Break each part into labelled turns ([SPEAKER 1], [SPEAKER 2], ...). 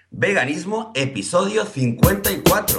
[SPEAKER 1] Veganismo, episodio 54.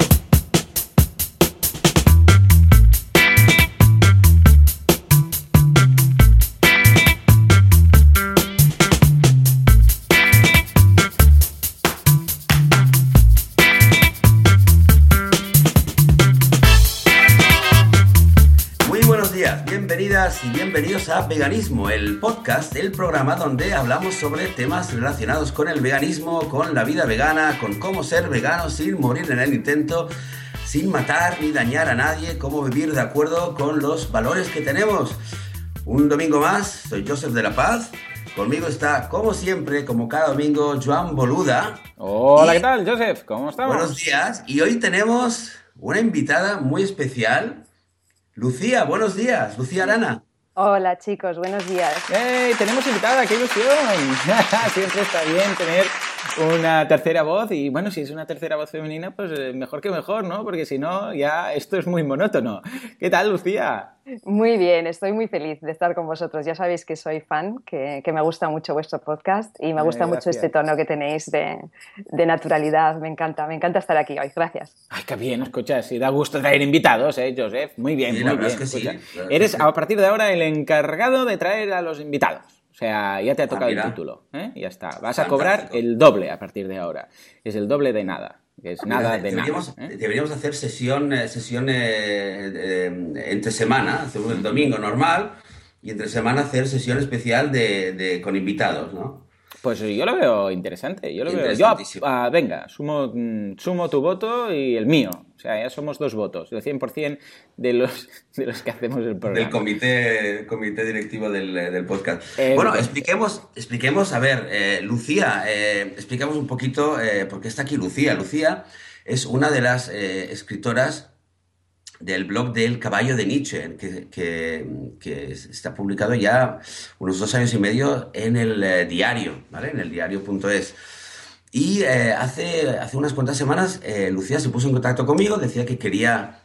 [SPEAKER 1] Muy buenos días, bienvenidas y bienvenidos a Veganismo, el podcast, el programa donde hablamos sobre temas relacionados con el veganismo, con la vida vegana, con cómo ser vegano sin morir en el intento, sin matar ni dañar a nadie, cómo vivir de acuerdo con los valores que tenemos. Un domingo más, soy Joseph de la Paz, conmigo está, como siempre, como cada domingo, Joan Boluda.
[SPEAKER 2] Hola, ¿qué tal, Joseph? ¿Cómo estamos?
[SPEAKER 1] Buenos días, y hoy tenemos una invitada muy especial, Lucía. Buenos días, Lucía Arana.
[SPEAKER 3] Hola chicos, buenos días.
[SPEAKER 2] ¡Hey! Tenemos invitada, qué ilusión. Siempre está bien tener una tercera voz y bueno, si es una tercera voz femenina, pues mejor que mejor, ¿no? Porque si no, ya esto es muy monótono. ¿Qué tal, Lucía?
[SPEAKER 3] Muy bien, estoy muy feliz de estar con vosotros. Ya sabéis que soy fan, que me gusta mucho vuestro podcast y me gusta mucho este tono que tenéis de naturalidad. Me encanta estar aquí hoy. Gracias.
[SPEAKER 2] Ay, qué bien, escucha, sí, da gusto traer invitados, Joseph. Muy bien,
[SPEAKER 1] Sí,
[SPEAKER 2] muy
[SPEAKER 1] la verdad
[SPEAKER 2] bien.
[SPEAKER 1] es que
[SPEAKER 2] Escucha,
[SPEAKER 1] sí, la verdad
[SPEAKER 2] eres
[SPEAKER 1] es que
[SPEAKER 2] a partir de ahora el encargado de traer a los invitados. O sea, ya te ha tocado el
[SPEAKER 1] mira.
[SPEAKER 2] título, ¿eh? Ya está. Vas a cobrar el doble a partir de ahora. Es el doble de nada. Es nada de
[SPEAKER 1] Deberíamos,
[SPEAKER 2] nada.
[SPEAKER 1] deberíamos hacer sesión entre semana, hacemos el domingo normal y entre semana hacer sesión especial con invitados, ¿no?
[SPEAKER 2] Pues yo lo veo interesante. Yo lo veo. Yo,
[SPEAKER 1] Interesantísimo.
[SPEAKER 2] venga, sumo tu voto y el mío. O sea, ya somos dos votos. El 100% de los que hacemos el programa.
[SPEAKER 1] Del comité directivo del podcast.
[SPEAKER 2] Bien.
[SPEAKER 1] Bueno, expliquemos, a ver, Lucía, explicamos un poquito por qué está aquí Lucía. Lucía es una de las escritoras del blog del Caballo de Nietzsche, que está publicado ya unos 2 años y medio en el diario, ¿vale? En el diario.es. Y hace unas cuantas semanas Lucía se puso en contacto conmigo, decía que quería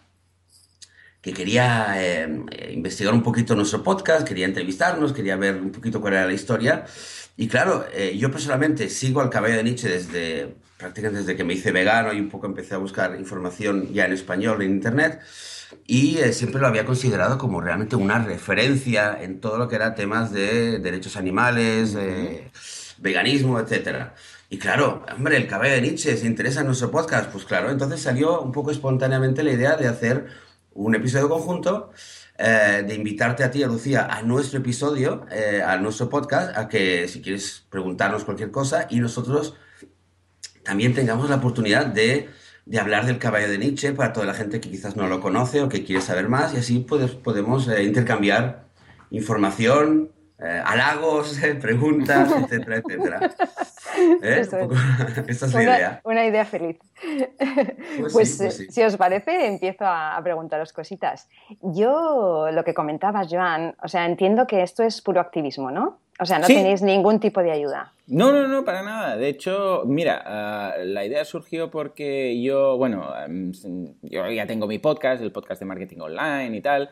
[SPEAKER 1] investigar un poquito nuestro podcast, quería entrevistarnos, quería ver un poquito cuál era la historia. Y claro, yo personalmente sigo al Caballo de Nietzsche prácticamente desde que me hice vegano y un poco empecé a buscar información ya en español en internet. Y siempre lo había considerado como realmente una referencia en todo lo que era temas de derechos animales, veganismo, etcétera. Y claro, hombre, el Caballo de Nietzsche se interesa en nuestro podcast. Pues claro, entonces salió un poco espontáneamente la idea de hacer un episodio conjunto, de invitarte a ti, a Lucía, a nuestro episodio, a nuestro podcast, a que si quieres preguntarnos cualquier cosa y nosotros también tengamos la oportunidad de hablar del Caballo de Nietzsche para toda la gente que quizás no lo conoce o que quiere saber más, y así podemos intercambiar información, halagos, preguntas, etcétera, etcétera.
[SPEAKER 3] Eso
[SPEAKER 1] Un poco,
[SPEAKER 3] es.
[SPEAKER 1] esta es la idea.
[SPEAKER 3] Una idea feliz.
[SPEAKER 1] Pues sí.
[SPEAKER 3] Si os parece, empiezo a preguntaros cositas. Yo, lo que comentabas, Joan, o sea, entiendo que esto es puro activismo, ¿no? O sea, no
[SPEAKER 2] Sí.
[SPEAKER 3] tenéis ningún tipo de ayuda.
[SPEAKER 2] No, para nada. De hecho, mira, la idea surgió porque yo ya tengo mi podcast, el podcast de marketing online y tal.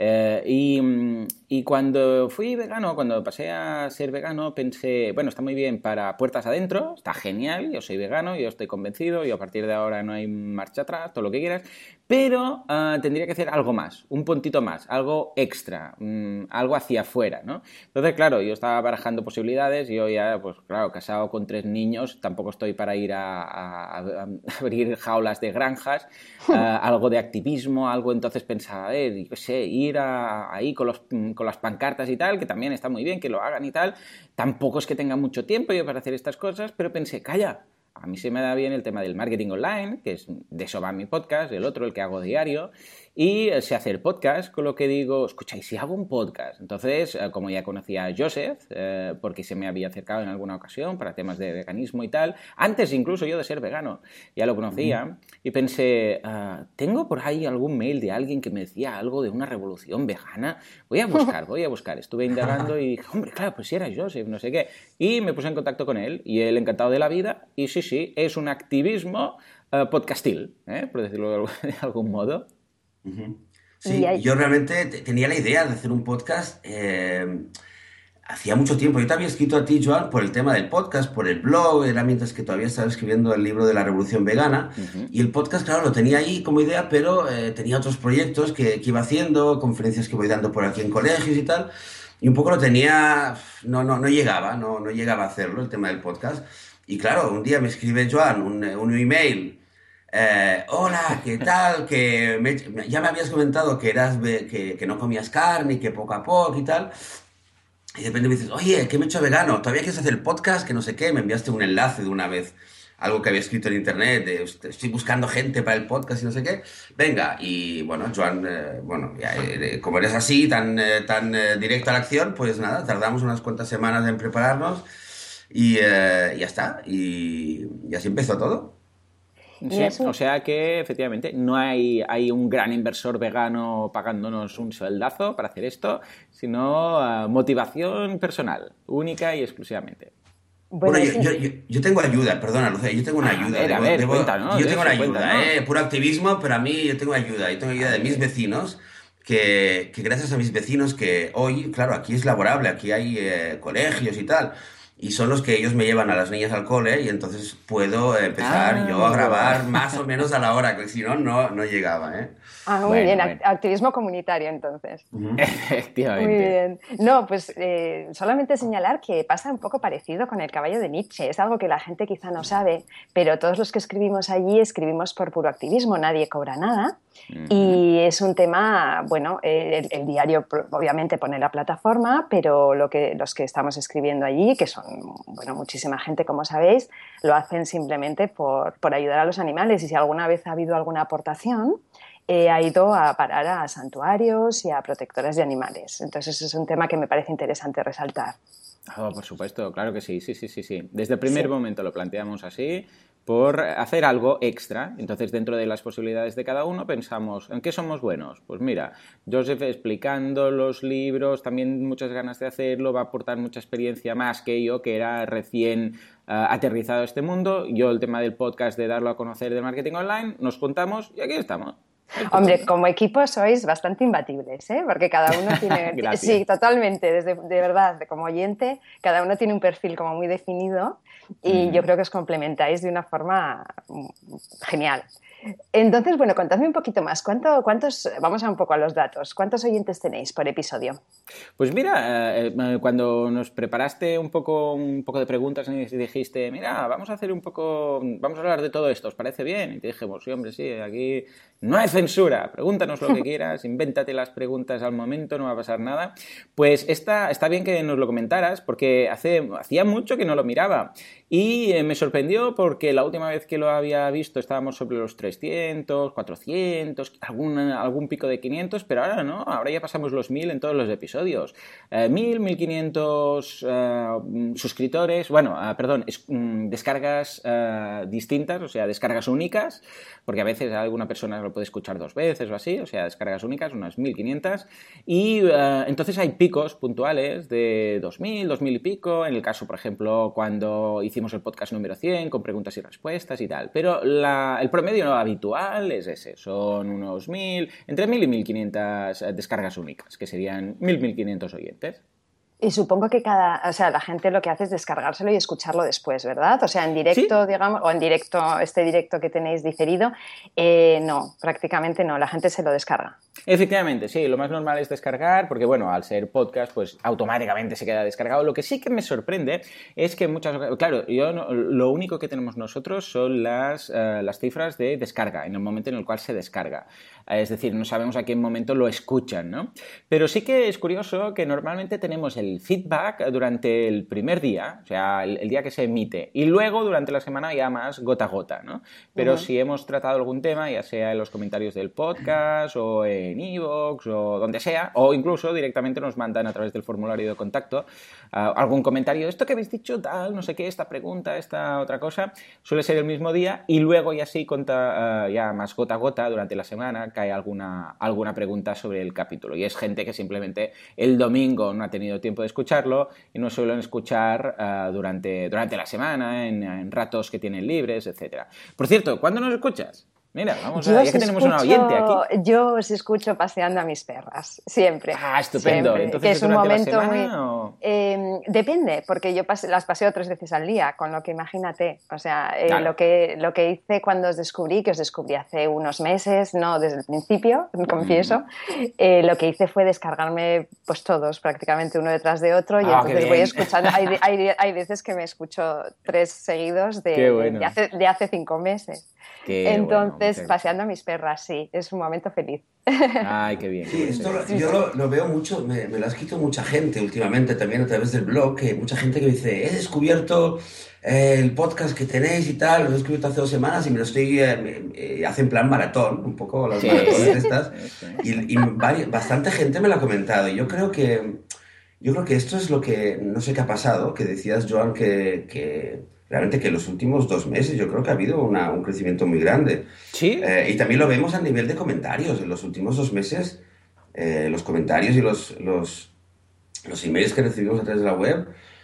[SPEAKER 2] Y cuando fui vegano, cuando pasé a ser vegano, pensé, bueno, está muy bien para puertas adentro, está genial, yo soy vegano, yo estoy convencido y a partir de ahora no hay marcha atrás, todo lo que quieras, pero tendría que hacer algo más, un puntito más, algo extra, algo hacia afuera, ¿no? Entonces, claro, yo estaba barajando posibilidades y yo ya, pues claro, casado con 3 niños, tampoco estoy para ir a abrir jaulas de granjas, algo de activismo, algo, entonces pensaba, yo qué sé, ir ahí con las pancartas y tal, que también está muy bien que lo hagan y tal, tampoco es que tenga mucho tiempo yo para hacer estas cosas, pero pensé, calla, a mí se me da bien el tema del marketing online, que es de eso va mi podcast, el otro, el que hago diario, y sé hacer podcast, con lo que digo, escucha, ¿y si hago un podcast? Entonces, como ya conocía a Joseph, porque se me había acercado en alguna ocasión para temas de veganismo y tal, antes incluso yo de ser vegano, ya lo conocía, y pensé, ¿tengo por ahí algún mail de alguien que me decía algo de una revolución vegana? Voy a buscar. Estuve indagando y dije, hombre, claro, pues si era Joseph, no sé qué. Y me puse en contacto con él, y él encantado de la vida, y sí, es un activismo podcastil, por decirlo de algún modo.
[SPEAKER 1] Sí, yo realmente tenía la idea de hacer un podcast hacía mucho tiempo. Yo te había escrito a ti, Joan, por el tema del podcast, por el blog, era mientras que todavía estaba escribiendo el libro de la Revolución Vegana.
[SPEAKER 2] Ujú.
[SPEAKER 1] Y el podcast, claro, lo tenía ahí como idea, pero tenía otros proyectos que iba haciendo, conferencias que voy dando por aquí en colegios y tal. Y un poco lo tenía, no llegaba, no llegaba a hacerlo, el tema del podcast. Y claro, un día me escribe Joan un email. Hola, ¿qué tal? Ya me habías comentado que que no comías carne y que poco a poco y tal. Y de repente me dices, oye, que me he hecho vegano, ¿todavía quieres hacer el podcast? Que no sé qué, me enviaste un enlace de una vez, algo que había escrito en internet, de estoy buscando gente para el podcast y no sé qué. Venga, y bueno, Joan, bueno, ya, como eres así, tan directo a la acción, pues nada, tardamos unas cuantas semanas en prepararnos y ya está, y así empezó todo.
[SPEAKER 3] Y
[SPEAKER 2] Sí,
[SPEAKER 3] es
[SPEAKER 2] o
[SPEAKER 3] un,
[SPEAKER 2] sea que efectivamente no hay un gran inversor vegano pagándonos un sueldazo para hacer esto, sino motivación personal, única y exclusivamente.
[SPEAKER 1] Bueno,
[SPEAKER 3] bueno,
[SPEAKER 1] yo tengo ayuda, perdona, Lucía, yo tengo una ayuda,
[SPEAKER 2] A ver,
[SPEAKER 1] yo
[SPEAKER 2] cuéntanos
[SPEAKER 1] tengo una
[SPEAKER 2] eso,
[SPEAKER 1] ayuda,
[SPEAKER 2] cuéntanos.
[SPEAKER 1] puro activismo, pero a mí yo tengo ayuda, yo tengo
[SPEAKER 2] A
[SPEAKER 1] ayuda de mis
[SPEAKER 2] ver.
[SPEAKER 1] vecinos, que gracias a mis vecinos que hoy, claro, aquí es laborable, aquí hay colegios y tal, y son los que ellos me llevan a las niñas al cole y entonces puedo empezar yo a
[SPEAKER 2] Amigo.
[SPEAKER 1] grabar más o menos a la hora, que si no, no llegaba, ¿eh?
[SPEAKER 3] muy bien,
[SPEAKER 2] Bueno, bueno.
[SPEAKER 3] activismo comunitario entonces.
[SPEAKER 1] Ujú.
[SPEAKER 3] Muy
[SPEAKER 2] Efectivamente.
[SPEAKER 3] bien. No, pues solamente señalar que pasa un poco parecido con el caballo de Nietzsche. Es algo que la gente quizá no sabe, pero todos los que escribimos allí escribimos por puro activismo, nadie cobra nada.
[SPEAKER 2] Ujú.
[SPEAKER 3] Y es un tema, bueno, el diario obviamente pone la plataforma, pero los que estamos escribiendo allí, que son, bueno, muchísima gente, como sabéis, lo hacen simplemente por ayudar a los animales. Y si alguna vez ha habido alguna aportación, ha ido a parar a santuarios y a protectores de animales. Entonces es un tema que me parece interesante resaltar.
[SPEAKER 2] Oh, por supuesto, claro que sí, sí, sí, sí, sí. Desde el primer
[SPEAKER 3] Sí.
[SPEAKER 2] momento lo planteamos así, por hacer algo extra. Entonces, dentro de las posibilidades de cada uno, pensamos, ¿en qué somos buenos? Pues mira, Joseph explicando los libros, también muchas ganas de hacerlo, va a aportar mucha experiencia más que yo, que era recién aterrizado a este mundo. Yo el tema del podcast, de darlo a conocer de marketing online, nos juntamos y aquí estamos,
[SPEAKER 3] Hombre,
[SPEAKER 2] escuchando.
[SPEAKER 3] como equipo sois bastante imbatibles, ¿eh? Porque cada uno tiene, sí,
[SPEAKER 2] Gracias.
[SPEAKER 3] totalmente, de verdad, como oyente, cada uno tiene un perfil como muy definido y yo
[SPEAKER 2] Ujú.
[SPEAKER 3] creo que os complementáis de una forma genial. Entonces, bueno, contadme un poquito más. Vamos a un poco a los datos. ¿Cuántos oyentes tenéis por episodio?
[SPEAKER 2] Pues mira, cuando nos preparaste un poco de preguntas y dijiste, mira, vamos a hacer un poco, vamos a hablar de todo esto, ¿os parece bien? Y te dijimos, sí, hombre, sí, aquí no hay censura, pregúntanos lo que quieras, invéntate las preguntas al momento, no va a pasar nada. Pues está bien que nos lo comentaras, porque hacía mucho que no lo miraba. Y me sorprendió porque la última vez que lo había visto estábamos sobre los 300, 400, algún pico de 500, pero ahora no, ahora ya pasamos los 1000 en todos los episodios. 1000, 1500 suscriptores, bueno, perdón, descargas distintas, o sea, descargas únicas, porque a veces alguna persona lo puede escuchar dos veces o así, o sea, descargas únicas, unas 1500, y entonces hay picos puntuales de 2000, 2000 y pico, en el caso, por ejemplo, cuando hicimos el podcast número 100 con preguntas y respuestas y tal, pero el promedio habitual es ese, son unos 1000, entre 1000 y 1500 descargas únicas, que serían 1000, 1500 oyentes.
[SPEAKER 3] Y supongo que o sea, la gente lo que hace es descargárselo y escucharlo después, ¿verdad? O sea, en
[SPEAKER 2] Sí,
[SPEAKER 3] directo, digamos, o en directo, este directo que tenéis diferido, no, prácticamente no, la gente se lo descarga.
[SPEAKER 2] efectivamente, sí, lo más normal es descargar, porque bueno, al ser podcast, pues automáticamente se queda descargado. Lo que sí que me sorprende es que claro, lo único que tenemos nosotros son las cifras de descarga, en el momento en el cual se descarga. Es decir, no sabemos a qué momento lo escuchan, ¿no? Pero sí que es curioso que normalmente tenemos el feedback durante el primer día, o sea, el día que se emite, y luego durante la semana ya más gota a gota, ¿no?
[SPEAKER 3] Uh
[SPEAKER 2] Pero
[SPEAKER 3] -huh.
[SPEAKER 2] si hemos tratado algún tema, ya sea en los comentarios del podcast o en iVoox o donde sea, o incluso directamente nos mandan a través del formulario de contacto algún comentario, esto que habéis dicho, tal, no sé qué, esta pregunta, esta otra cosa, suele ser el mismo día y luego ya sí, ya más gota a gota durante la semana cae alguna pregunta sobre el capítulo. Y es gente que simplemente el domingo no ha tenido tiempo de escucharlo y no suelen escuchar durante la semana, en ratos que tienen libres, etc. Por cierto, ¿cuándo nos escuchas? Mira, vamos a ver, ya que tenemos un oyente aquí.
[SPEAKER 3] Yo os escucho paseando a mis perras, siempre.
[SPEAKER 2] Ah, estupendo.
[SPEAKER 3] Siempre.
[SPEAKER 2] Entonces,
[SPEAKER 3] que es un momento
[SPEAKER 2] la semana,
[SPEAKER 3] muy... depende, porque yo las paseo 3 veces al día, con lo que imagínate. O sea,
[SPEAKER 2] claro.
[SPEAKER 3] lo que hice cuando os descubrí, que os descubrí hace unos meses, no desde el principio, confieso, lo que hice fue descargarme pues todos, prácticamente uno detrás de otro, y entonces voy escuchando. Hay veces que me escucho 3 seguidos de hace 5 meses. Entonces, paseando a mis perras, sí, es un momento feliz.
[SPEAKER 2] Ay, qué bien.
[SPEAKER 1] Sí, esto yo lo veo mucho, me lo ha escrito mucha gente últimamente también a través del blog, que mucha gente que me dice, he descubierto el podcast que tenéis y tal, lo he descubierto hace 2 semanas y me lo estoy, hace en plan maratón, un poco las maratones estas, y bastante gente me lo ha comentado, y yo creo que esto es lo que, no sé qué ha pasado, que decías, Joan, que realmente que en los últimos 2 meses yo creo que ha habido un crecimiento muy grande.
[SPEAKER 2] Sí.
[SPEAKER 1] Y también lo vemos a nivel de comentarios. En los últimos 2 meses, los comentarios y los emails que recibimos a través de la web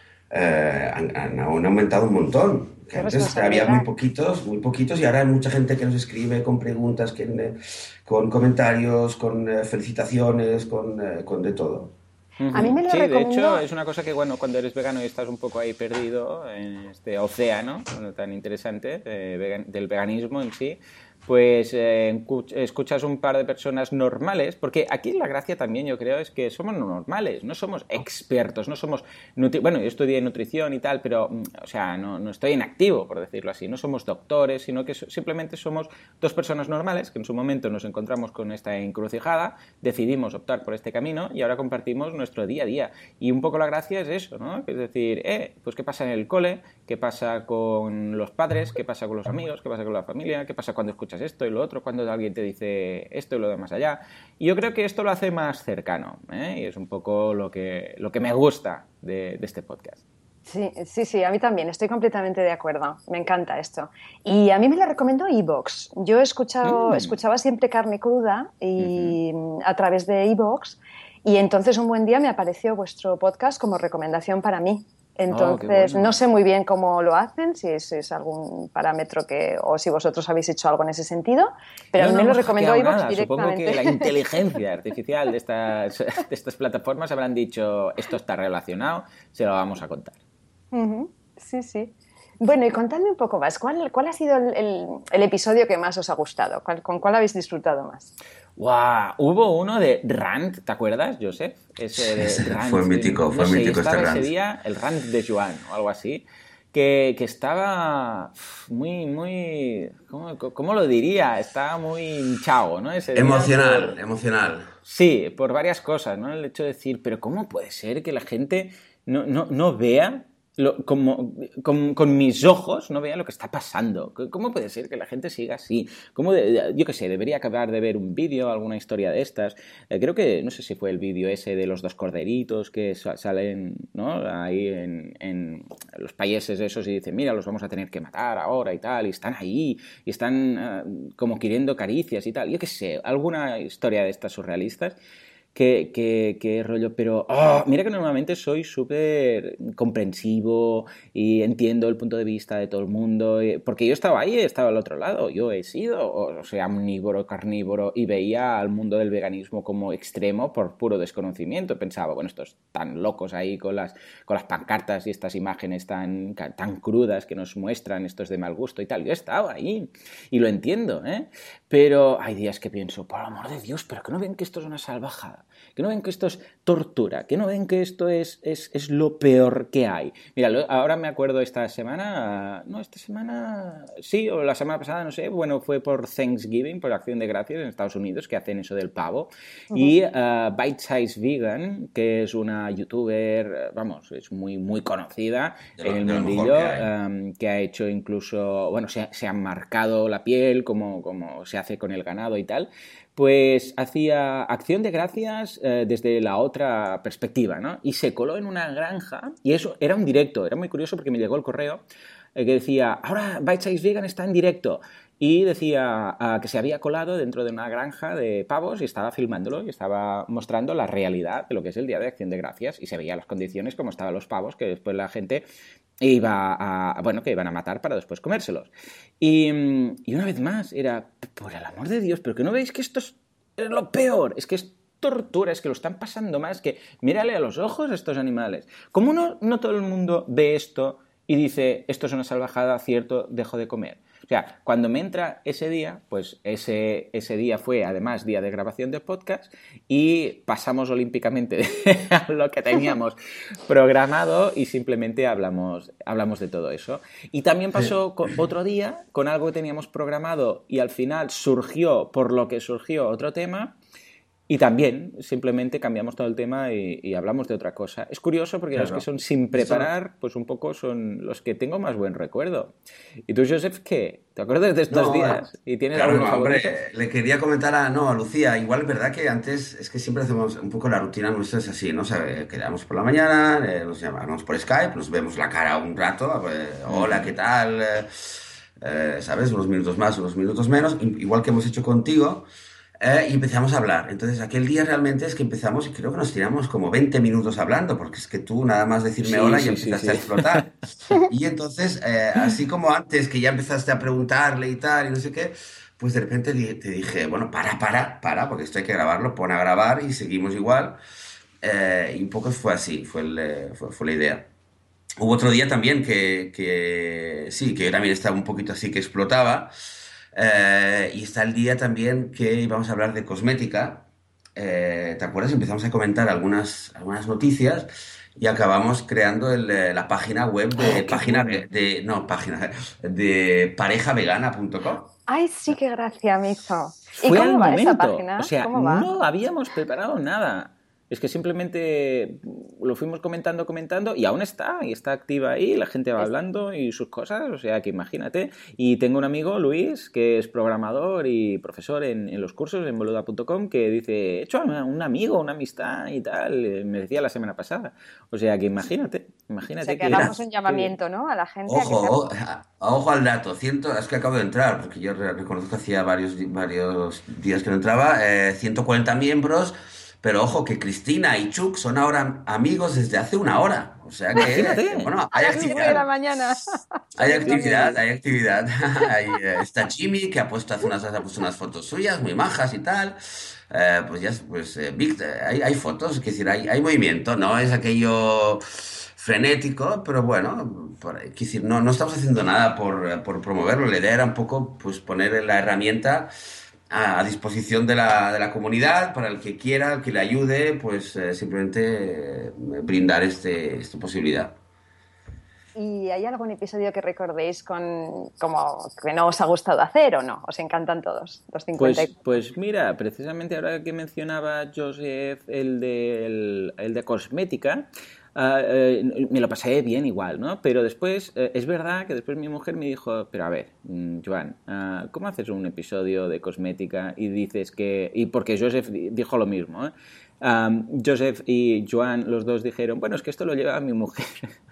[SPEAKER 1] han aumentado un montón. Que antes había muy poquitos y ahora hay mucha gente que nos escribe con preguntas, con comentarios, con felicitaciones, con de todo.
[SPEAKER 3] A mí me lo recomiendo...
[SPEAKER 2] de hecho es una cosa que cuando eres vegano y estás un poco ahí perdido en este océano tan interesante del veganismo en sí, pues escuchas un par de personas normales, porque aquí la gracia también yo creo es que somos normales, no somos expertos, no somos... Bueno, yo estudié nutrición y tal, pero o sea, no estoy en activo, por decirlo así, no somos doctores, sino que simplemente somos 2 personas normales que en su momento nos encontramos con esta encrucijada, decidimos optar por este camino y ahora compartimos nuestro día a día. Y un poco la gracia es eso, ¿no? Es decir, pues qué pasa en el cole, qué pasa con los padres, qué pasa con los amigos, qué pasa con la familia, qué pasa cuando escuchas esto y lo otro, cuando alguien te dice esto y lo de más allá. Y yo creo que esto lo hace más cercano, y es un poco lo que me gusta de este podcast.
[SPEAKER 3] Sí, a mí también, estoy completamente de acuerdo, me encanta esto. Y a mí me lo recomendó iVoox. Yo escuchaba siempre Carne Cruda y, a través de iVoox, y entonces un buen día me apareció vuestro podcast como recomendación para mí. Entonces, no sé muy bien cómo lo hacen, si es algún parámetro o si vosotros habéis hecho algo en ese sentido, pero a mí me lo recomendó iVoox directamente.
[SPEAKER 2] Supongo que la inteligencia artificial de estas plataformas habrán dicho, esto está relacionado, se lo vamos a contar.
[SPEAKER 3] Sí. Bueno, y contadme un poco más, ¿cuál ha sido el episodio que más os ha gustado? ¿Con cuál habéis disfrutado más?
[SPEAKER 2] ¡Guau! Hubo uno de Rant, ¿te acuerdas, Josep? Ese de Rant.
[SPEAKER 1] Fue mítico, este Rant.
[SPEAKER 2] Ese día el Rant de Joan o algo así, que estaba muy... ¿Cómo lo diría? Estaba muy hinchado, ¿no?
[SPEAKER 1] Emocional.
[SPEAKER 2] Sí, por varias cosas, ¿no? El hecho de decir, pero ¿cómo puede ser que la gente no vea... con mis ojos no vea lo que está pasando? ¿Cómo puede ser que la gente siga así? Yo qué sé, debería acabar de ver un vídeo, alguna historia de estas. Creo que, no sé si fue el vídeo ese de los 2 corderitos que salen, ¿no? Ahí en los países esos y dicen, mira, los vamos a tener que matar ahora y tal, y están ahí, y están como queriendo caricias y tal. Yo qué sé, alguna historia de estas surrealistas. Qué rollo, pero mira que normalmente soy súper comprensivo y entiendo el punto de vista de todo el mundo, porque yo estaba ahí, estaba al otro lado, yo he sido, o sea, omnívoro, carnívoro, y veía al mundo del veganismo como extremo por puro desconocimiento. Pensaba, bueno, estos tan locos ahí con las pancartas y estas imágenes tan crudas que nos muestran, estos de mal gusto y tal. Yo estaba ahí y lo entiendo, pero hay días que pienso, por el amor de Dios, pero que no ven que esto es una salvajada, que no ven que esto es tortura, que no ven que esto es lo peor que hay. Mira, ahora me acuerdo esta semana, sí, o la semana pasada, no sé, bueno, fue por Thanksgiving, por Acción de Gracias en Estados Unidos, que hacen eso del pavo, y Bite Size Vegan, que es una youtuber, es muy conocida en el mundillo, que ha hecho incluso, bueno, se ha marcado la piel como se hace con el ganado y tal, pues hacía Acción de Gracias desde la otra perspectiva, ¿no? Y se coló en una granja, y eso era un directo, era muy curioso porque me llegó el correo, que decía, ahora Bite Size Vegan está en directo. Y decía que se había colado dentro de una granja de pavos y estaba filmándolo y estaba mostrando la realidad de lo que es el Día de Acción de Gracias y se veía las condiciones como estaban los pavos que después la gente que iban a matar para después comérselos. Y una vez más era, por el amor de Dios, ¿pero que no veis que esto es lo peor? Es que es tortura, es que lo están pasando más, que mírale a los ojos a estos animales. ¿Cómo no todo el mundo ve esto y dice, esto es una salvajada, cierto, dejo de comer? O sea, cuando me entra ese día, pues ese día fue además día de grabación del podcast y pasamos olímpicamente a lo que teníamos programado y simplemente hablamos de todo eso. Y también pasó otro día con algo que teníamos programado y al final surgió, por lo que surgió, otro tema. Y también simplemente cambiamos todo el tema y hablamos de otra cosa. Es curioso porque los que son sin preparar, pues un poco son los que tengo más buen recuerdo. ¿Y tú, Joseph, qué? ¿Te acuerdas de estos días? ¿Y tienes alguno favorito?
[SPEAKER 1] Hombre, le quería comentar a Lucía. Igual es verdad que antes es que siempre hacemos un poco la rutina nuestra es así, ¿no? O sea, quedamos por la mañana, nos llamamos por Skype, nos vemos la cara un rato, hola, ¿qué tal? ¿Sabes? Unos minutos más, unos minutos menos, igual que hemos hecho contigo. Y empezamos a hablar. Entonces, aquel día realmente es que empezamos y creo que nos tiramos como 20 minutos hablando, porque es que tú nada más decirme hola y empezaste a explotar. Y entonces, así como antes que ya empezaste a preguntarle y tal, y no sé qué, pues de repente te dije, bueno, para, porque esto hay que grabarlo, pon a grabar y seguimos igual. Y un poco fue así, fue la idea. Hubo otro día también que yo también estaba un poquito así que explotaba. Y está el día también que íbamos a hablar de cosmética. ¿Te acuerdas? Empezamos a comentar algunas noticias y acabamos creando la página web de parejavegana.com.
[SPEAKER 3] Ay, sí, qué gracia me hizo.
[SPEAKER 2] ¿Y cómo
[SPEAKER 3] va esa página?
[SPEAKER 2] O sea,
[SPEAKER 3] ¿Cómo va?
[SPEAKER 2] no habíamos preparado nada. Es que simplemente lo fuimos comentando y aún está activa ahí, la gente va hablando y sus cosas, o sea que imagínate. Y tengo un amigo, Luis, que es programador y profesor en los cursos en boluda.com, que dice, he hecho un amigo, una amistad y tal, me decía la semana pasada. O sea que imagínate.
[SPEAKER 3] O sea, que hagamos un llamamiento, ¿no? A la gente.
[SPEAKER 1] Ojo al dato, es que acabo de entrar, porque yo reconozco que hacía varios días que no entraba, 140 miembros. Pero ojo, que Cristina y Chuck son ahora amigos desde hace una hora. O sea que, bueno, hay actividad.
[SPEAKER 3] De la mañana.
[SPEAKER 1] Hay actividad. Está Jimmy, que ha puesto unas fotos suyas muy majas y tal. Hay fotos, es decir, hay movimiento, ¿no? Es aquello frenético, pero bueno, no estamos haciendo nada por promoverlo. La idea era un poco pues poner la herramienta a disposición de la comunidad para el que quiera, el que le ayude, pues simplemente brindar esta posibilidad.
[SPEAKER 3] ¿Y hay algún episodio que recordéis como que no os ha gustado hacer o no? ¿Os encantan todos los 50?
[SPEAKER 2] Pues mira, precisamente ahora que mencionaba Joseph el de cosmética, me lo pasé bien igual, ¿no? Pero después, es verdad que después mi mujer me dijo, pero a ver, Joan, ¿cómo haces un episodio de cosmética y dices que... Y porque Joseph dijo lo mismo, ¿eh? Joseph y Joan, los dos dijeron, bueno, es que esto lo lleva mi mujer.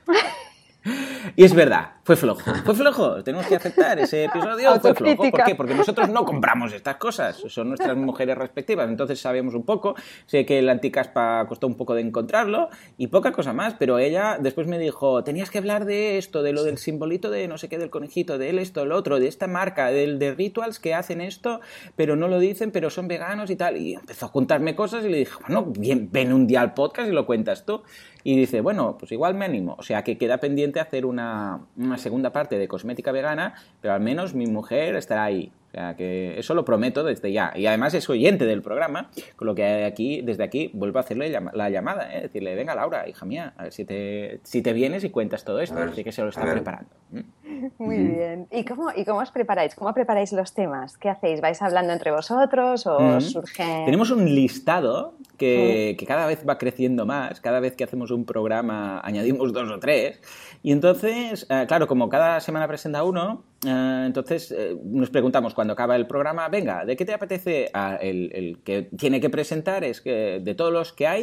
[SPEAKER 2] Y es verdad, fue flojo, tenemos que aceptar, ese episodio fue flojo. ¿Por qué? Porque nosotros no compramos estas cosas, son nuestras mujeres respectivas, entonces sabemos un poco, sé que el anticaspa costó un poco de encontrarlo y poca cosa más, pero ella después me dijo, tenías que hablar de esto, de lo del simbolito de no sé qué, del conejito, de esto, lo otro, de esta marca, de Rituals que hacen esto, pero no lo dicen, pero son veganos y tal, y empezó a contarme cosas y le dije, bueno, bien, ven un día al podcast y lo cuentas tú. Y dice, bueno, pues igual me animo. O sea, que queda pendiente hacer una segunda parte de cosmética vegana, pero al menos mi mujer estará ahí. O sea, que eso lo prometo desde ya. Y además es oyente del programa, con lo que desde aquí vuelvo a hacerle la llamada, decirle, venga, Laura, hija mía, a ver si te vienes y cuentas todo esto. Así que se lo está preparando.
[SPEAKER 3] Muy bien. ¿Y cómo os preparáis? ¿Cómo preparáis los temas? ¿Qué hacéis? ¿Vais hablando entre vosotros o surge...?
[SPEAKER 2] Tenemos un listado que cada vez va creciendo más. Cada vez que hacemos un programa añadimos 2 o 3. Y entonces, claro, como cada semana presenta uno, entonces nos preguntamos cuando acaba el programa, venga, ¿de qué te apetece? El que tiene que presentar es que de todos los que hay,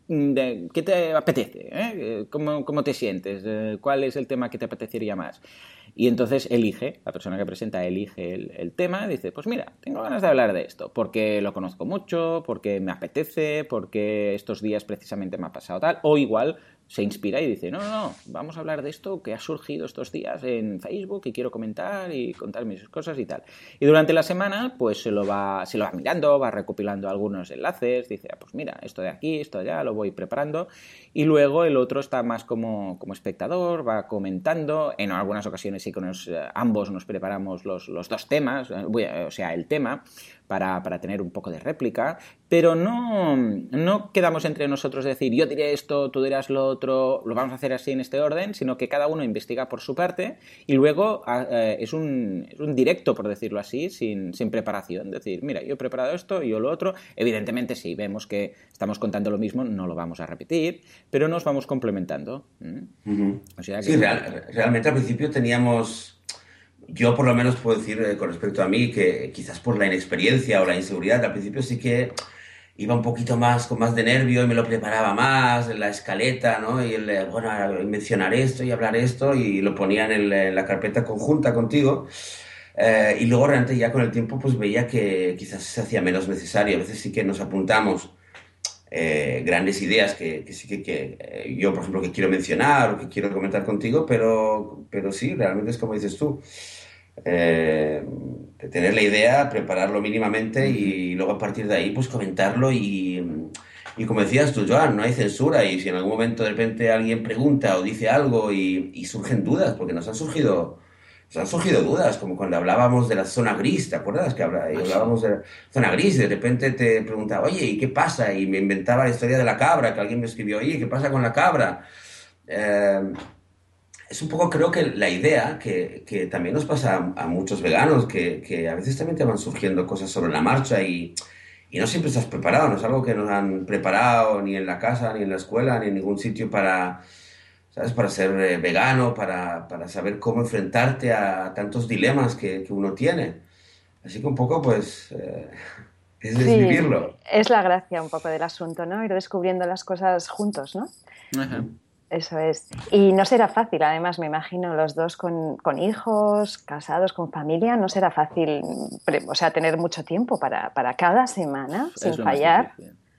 [SPEAKER 2] ¿qué te apetece? ¿Cómo te sientes? ¿Cuál es el tema que te apetecería más? Y entonces la persona que presenta elige el tema, dice, pues mira, tengo ganas de hablar de esto, porque lo conozco mucho, porque me apetece, porque estos días precisamente me ha pasado tal, o igual se inspira y dice, no, vamos a hablar de esto que ha surgido estos días en Facebook y quiero comentar y contar mis cosas y tal. Y durante la semana, pues se lo va mirando, va recopilando algunos enlaces, dice, pues mira, esto de aquí, esto de allá, lo voy preparando, y luego el otro está más como espectador, va comentando, en algunas ocasiones sí que ambos nos preparamos los dos temas, o sea, el tema, para tener un poco de réplica, pero no quedamos entre nosotros de decir yo diré esto, tú dirás lo otro, lo vamos a hacer así en este orden, sino que cada uno investiga por su parte y luego es un directo, por decirlo así, sin preparación. Decir, mira, yo he preparado esto, yo lo otro. Evidentemente, si vemos que estamos contando lo mismo, no lo vamos a repetir, pero nos vamos complementando.
[SPEAKER 1] O sea que... Sí, realmente al principio teníamos... Yo por lo menos puedo decir con respecto a mí que quizás por la inexperiencia o la inseguridad, al principio sí que iba un poquito más con más de nervio y me lo preparaba más en la escaleta, ¿no? Y mencionar esto y hablar esto y lo ponía en la carpeta conjunta contigo. Y luego realmente ya con el tiempo pues veía que quizás se hacía menos necesario. A veces sí que nos apuntamos grandes ideas que sí que yo, por ejemplo, que quiero mencionar o que quiero comentar contigo, pero sí, realmente es como dices tú. De tener la idea, prepararlo mínimamente y luego a partir de ahí pues comentarlo y como decías tú, Joan, no hay censura y si en algún momento de repente alguien pregunta o dice algo y surgen dudas, porque nos han surgido dudas, como cuando hablábamos de la zona gris, ¿te acuerdas? Que hablábamos de la zona gris y de repente te preguntaba, oye, ¿y qué pasa? Y me inventaba la historia de la cabra, que alguien me escribió, oye, ¿qué pasa con la cabra? Es un poco, creo que la idea que también nos pasa a muchos veganos, que a veces también te van surgiendo cosas sobre la marcha y no siempre estás preparado, no es algo que nos han preparado ni en la casa, ni en la escuela, ni en ningún sitio para, ¿sabes? Para ser vegano, para saber cómo enfrentarte a tantos dilemas que uno tiene. Así que un poco, pues, es vivirlo.
[SPEAKER 3] Es la gracia un poco del asunto, ¿no? Ir descubriendo las cosas juntos, ¿no?
[SPEAKER 2] Ajá.
[SPEAKER 3] Eso es. Y no será fácil, además, me imagino, los dos con hijos, casados, con familia, no será fácil, o sea, tener mucho tiempo para cada semana, sin fallar.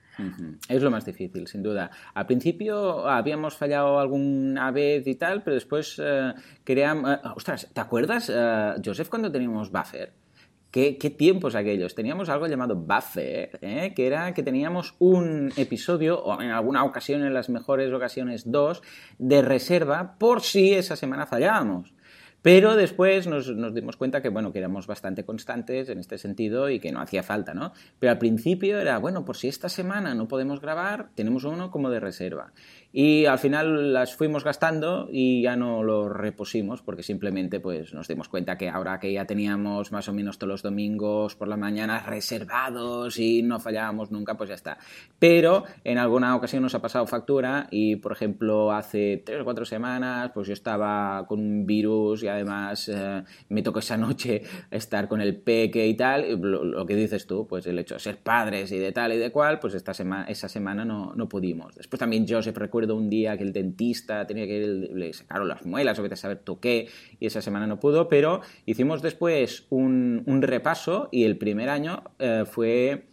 [SPEAKER 2] Es lo más difícil, sin duda. Al principio habíamos fallado alguna vez y tal, pero después queríamos... ostras, ¿te acuerdas, Joseph, cuando teníamos Buffer? ¿Qué tiempos aquellos? Teníamos algo llamado Buffer, que era que teníamos un episodio, o en alguna ocasión, en las mejores ocasiones 2, de reserva por si esa semana fallábamos. Pero después nos dimos cuenta que, bueno, que éramos bastante constantes en este sentido y que no hacía falta, ¿no? Pero al principio era, bueno, por si esta semana no podemos grabar, tenemos uno como de reserva. Y al final las fuimos gastando y ya no lo repusimos porque simplemente pues nos dimos cuenta que ahora que ya teníamos más o menos todos los domingos por la mañana reservados y no fallábamos nunca, pues ya está. Pero en alguna ocasión nos ha pasado factura y, por ejemplo, hace 3 o 4 semanas pues yo estaba con un virus y además me tocó esa noche estar con el peque y tal. Y lo que dices tú, pues el hecho de ser padres y de tal y de cual, pues esa semana no pudimos. Después también Joseph, recuerdo un día que el dentista tenía que le sacaron las muelas o vete a saber tú qué, y esa semana no pudo, pero hicimos después un repaso y el primer año fue...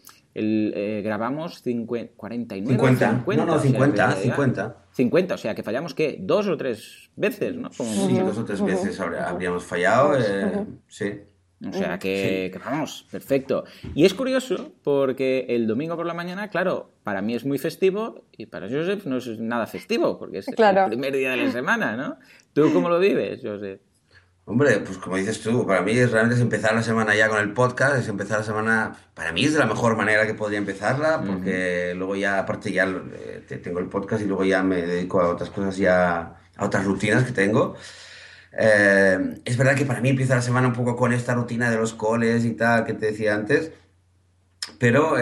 [SPEAKER 2] grabamos 49...
[SPEAKER 1] 50. No, 50, 50.
[SPEAKER 2] 50, o sea que fallamos, ¿qué? 2 o 3 veces, ¿no?
[SPEAKER 1] Sí, 2 o 3 veces habríamos fallado, sí.
[SPEAKER 2] O sea que vamos, perfecto. Y es curioso porque el domingo por la mañana, claro, para mí es muy festivo y para Joseph no es nada festivo porque es el primer día de la semana, ¿no? ¿Tú cómo lo vives, Joseph?
[SPEAKER 1] Hombre, pues como dices tú, para mí realmente es empezar la semana ya con el podcast, es empezar la semana, para mí es de la mejor manera que podría empezarla, porque luego ya, aparte ya tengo el podcast y luego ya me dedico a otras cosas, ya a otras rutinas que tengo. Es verdad que para mí empieza la semana un poco con esta rutina de los coles y tal que te decía antes, pero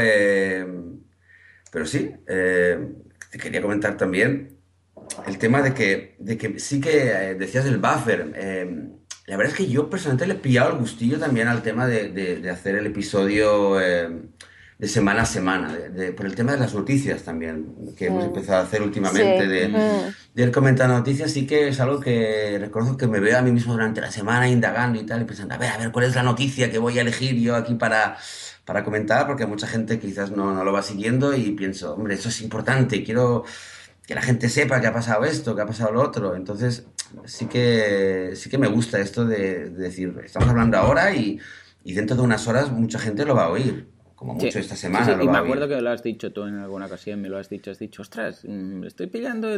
[SPEAKER 1] sí, te quería comentar también el tema de que sí que decías el buffer. La verdad es que yo personalmente le he pillado el gustillo también al tema de hacer el episodio de semana a semana, por el tema de las noticias también, que hemos empezado a hacer
[SPEAKER 3] Sí.
[SPEAKER 1] últimamente, de ir comentando noticias, sí que es algo que reconozco que me veo a mí mismo durante la semana indagando y tal, y pensando, a ver, ¿cuál es la noticia que voy a elegir yo aquí para comentar? Porque hay mucha gente que quizás no lo va siguiendo y pienso, hombre, eso es importante, quiero que la gente sepa que ha pasado esto, que ha pasado lo otro. Entonces, sí que me gusta esto de decir, estamos hablando ahora y dentro de unas horas mucha gente lo va a oír. Como
[SPEAKER 2] Sí,
[SPEAKER 1] mucho esta
[SPEAKER 2] sí, sí.
[SPEAKER 1] semana lo
[SPEAKER 2] Y
[SPEAKER 1] va
[SPEAKER 2] me
[SPEAKER 1] a
[SPEAKER 2] acuerdo
[SPEAKER 1] oír.
[SPEAKER 2] que lo has dicho tú en alguna ocasión, me lo has dicho, ostras, estoy pillando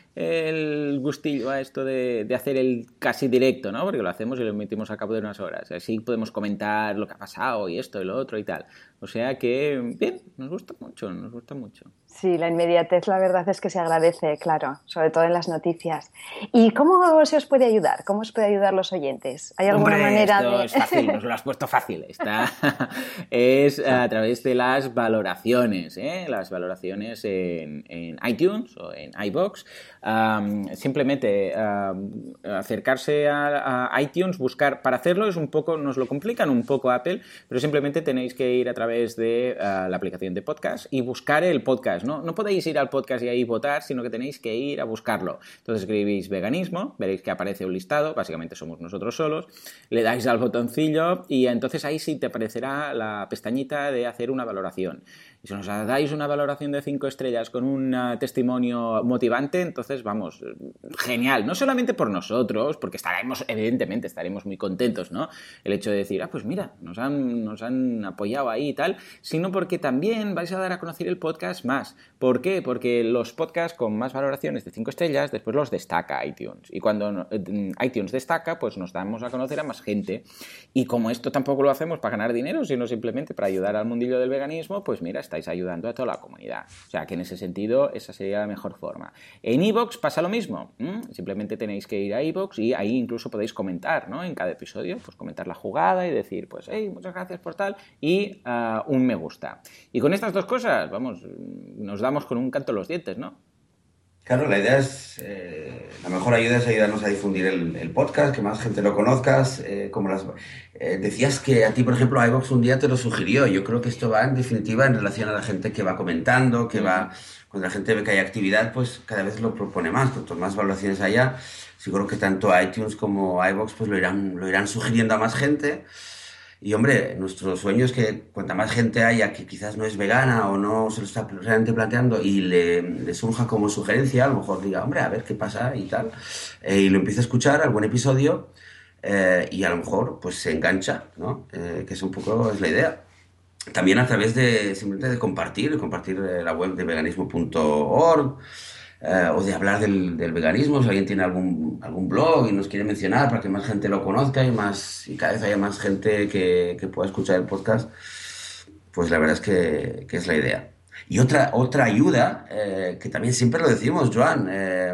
[SPEAKER 2] el gustillo a esto de hacer el casi directo, ¿no? Porque lo hacemos y lo emitimos a cabo de unas horas. Así podemos comentar lo que ha pasado y esto y lo otro y tal. O sea que, bien, nos gusta mucho, nos gusta mucho.
[SPEAKER 3] Sí, la inmediatez la verdad es que se agradece, claro, sobre todo en las noticias. ¿Y cómo se os puede ayudar? ¿Cómo os puede ayudar los oyentes? ¿Hay alguna
[SPEAKER 2] Hombre,
[SPEAKER 3] manera
[SPEAKER 2] esto
[SPEAKER 3] de...?
[SPEAKER 2] es fácil, nos lo has puesto fácil. Es a través de las valoraciones, ¿eh? Las valoraciones en iTunes o en iVoox. Simplemente acercarse a iTunes, buscar, para hacerlo es un poco, nos lo complican un poco Apple, pero simplemente tenéis que ir a través de la aplicación de podcast y buscar el podcast, ¿no? No podéis ir al podcast y ahí votar, sino que tenéis que ir a buscarlo. Entonces escribís veganismo, veréis que aparece un listado, básicamente somos nosotros solos, le dais al botoncillo y entonces ahí sí te aparecerá la pestañita de hacer una valoración. Y si nos dais una valoración de 5 estrellas con un testimonio motivante, entonces vamos, genial, no solamente por nosotros, porque evidentemente estaremos muy contentos, ¿no? El hecho de decir, pues mira, nos han apoyado ahí y tal, sino porque también vais a dar a conocer el podcast más. ¿Por qué? Porque los podcasts con más valoraciones de 5 estrellas después los destaca iTunes. Y cuando iTunes destaca, pues nos damos a conocer a más gente. Y como esto tampoco lo hacemos para ganar dinero, sino simplemente para ayudar al mundillo del veganismo, pues mira, estáis ayudando a toda la comunidad. O sea que en ese sentido esa sería la mejor forma. En iVoox pasa lo mismo. Simplemente tenéis que ir a iVoox y ahí incluso podéis comentar, ¿no? En cada episodio, pues comentar la jugada y decir, pues, hey, muchas gracias por tal, y un me gusta. Y con estas dos cosas, vamos, nos damos con un canto en los dientes, ¿no?
[SPEAKER 1] Claro, la idea es, la mejor ayuda es ayudarnos a difundir el podcast, que más gente lo conozcas, decías que a ti, por ejemplo, iVoox un día te lo sugirió. Yo creo que esto va en definitiva en relación a la gente que va comentando, cuando la gente ve que hay actividad, pues cada vez lo propone más. Cuanto más valoraciones haya, seguro que tanto iTunes como iVoox pues lo irán sugiriendo a más gente. Y hombre, nuestro sueño es que cuanta más gente haya que quizás no es vegana o no se lo está realmente planteando y le surja como sugerencia, a lo mejor diga, hombre, a ver qué pasa y tal, y lo empieza a escuchar, algún episodio, y a lo mejor pues se engancha, ¿no? Que es un poco es la idea. También a través de simplemente de compartir la web de veganismo.org, o de hablar del veganismo, si alguien tiene algún blog y nos quiere mencionar para que más gente lo conozca y cada vez haya más gente que pueda escuchar el podcast, pues la verdad es que es la idea. Y otra ayuda, que también siempre lo decimos, Joan,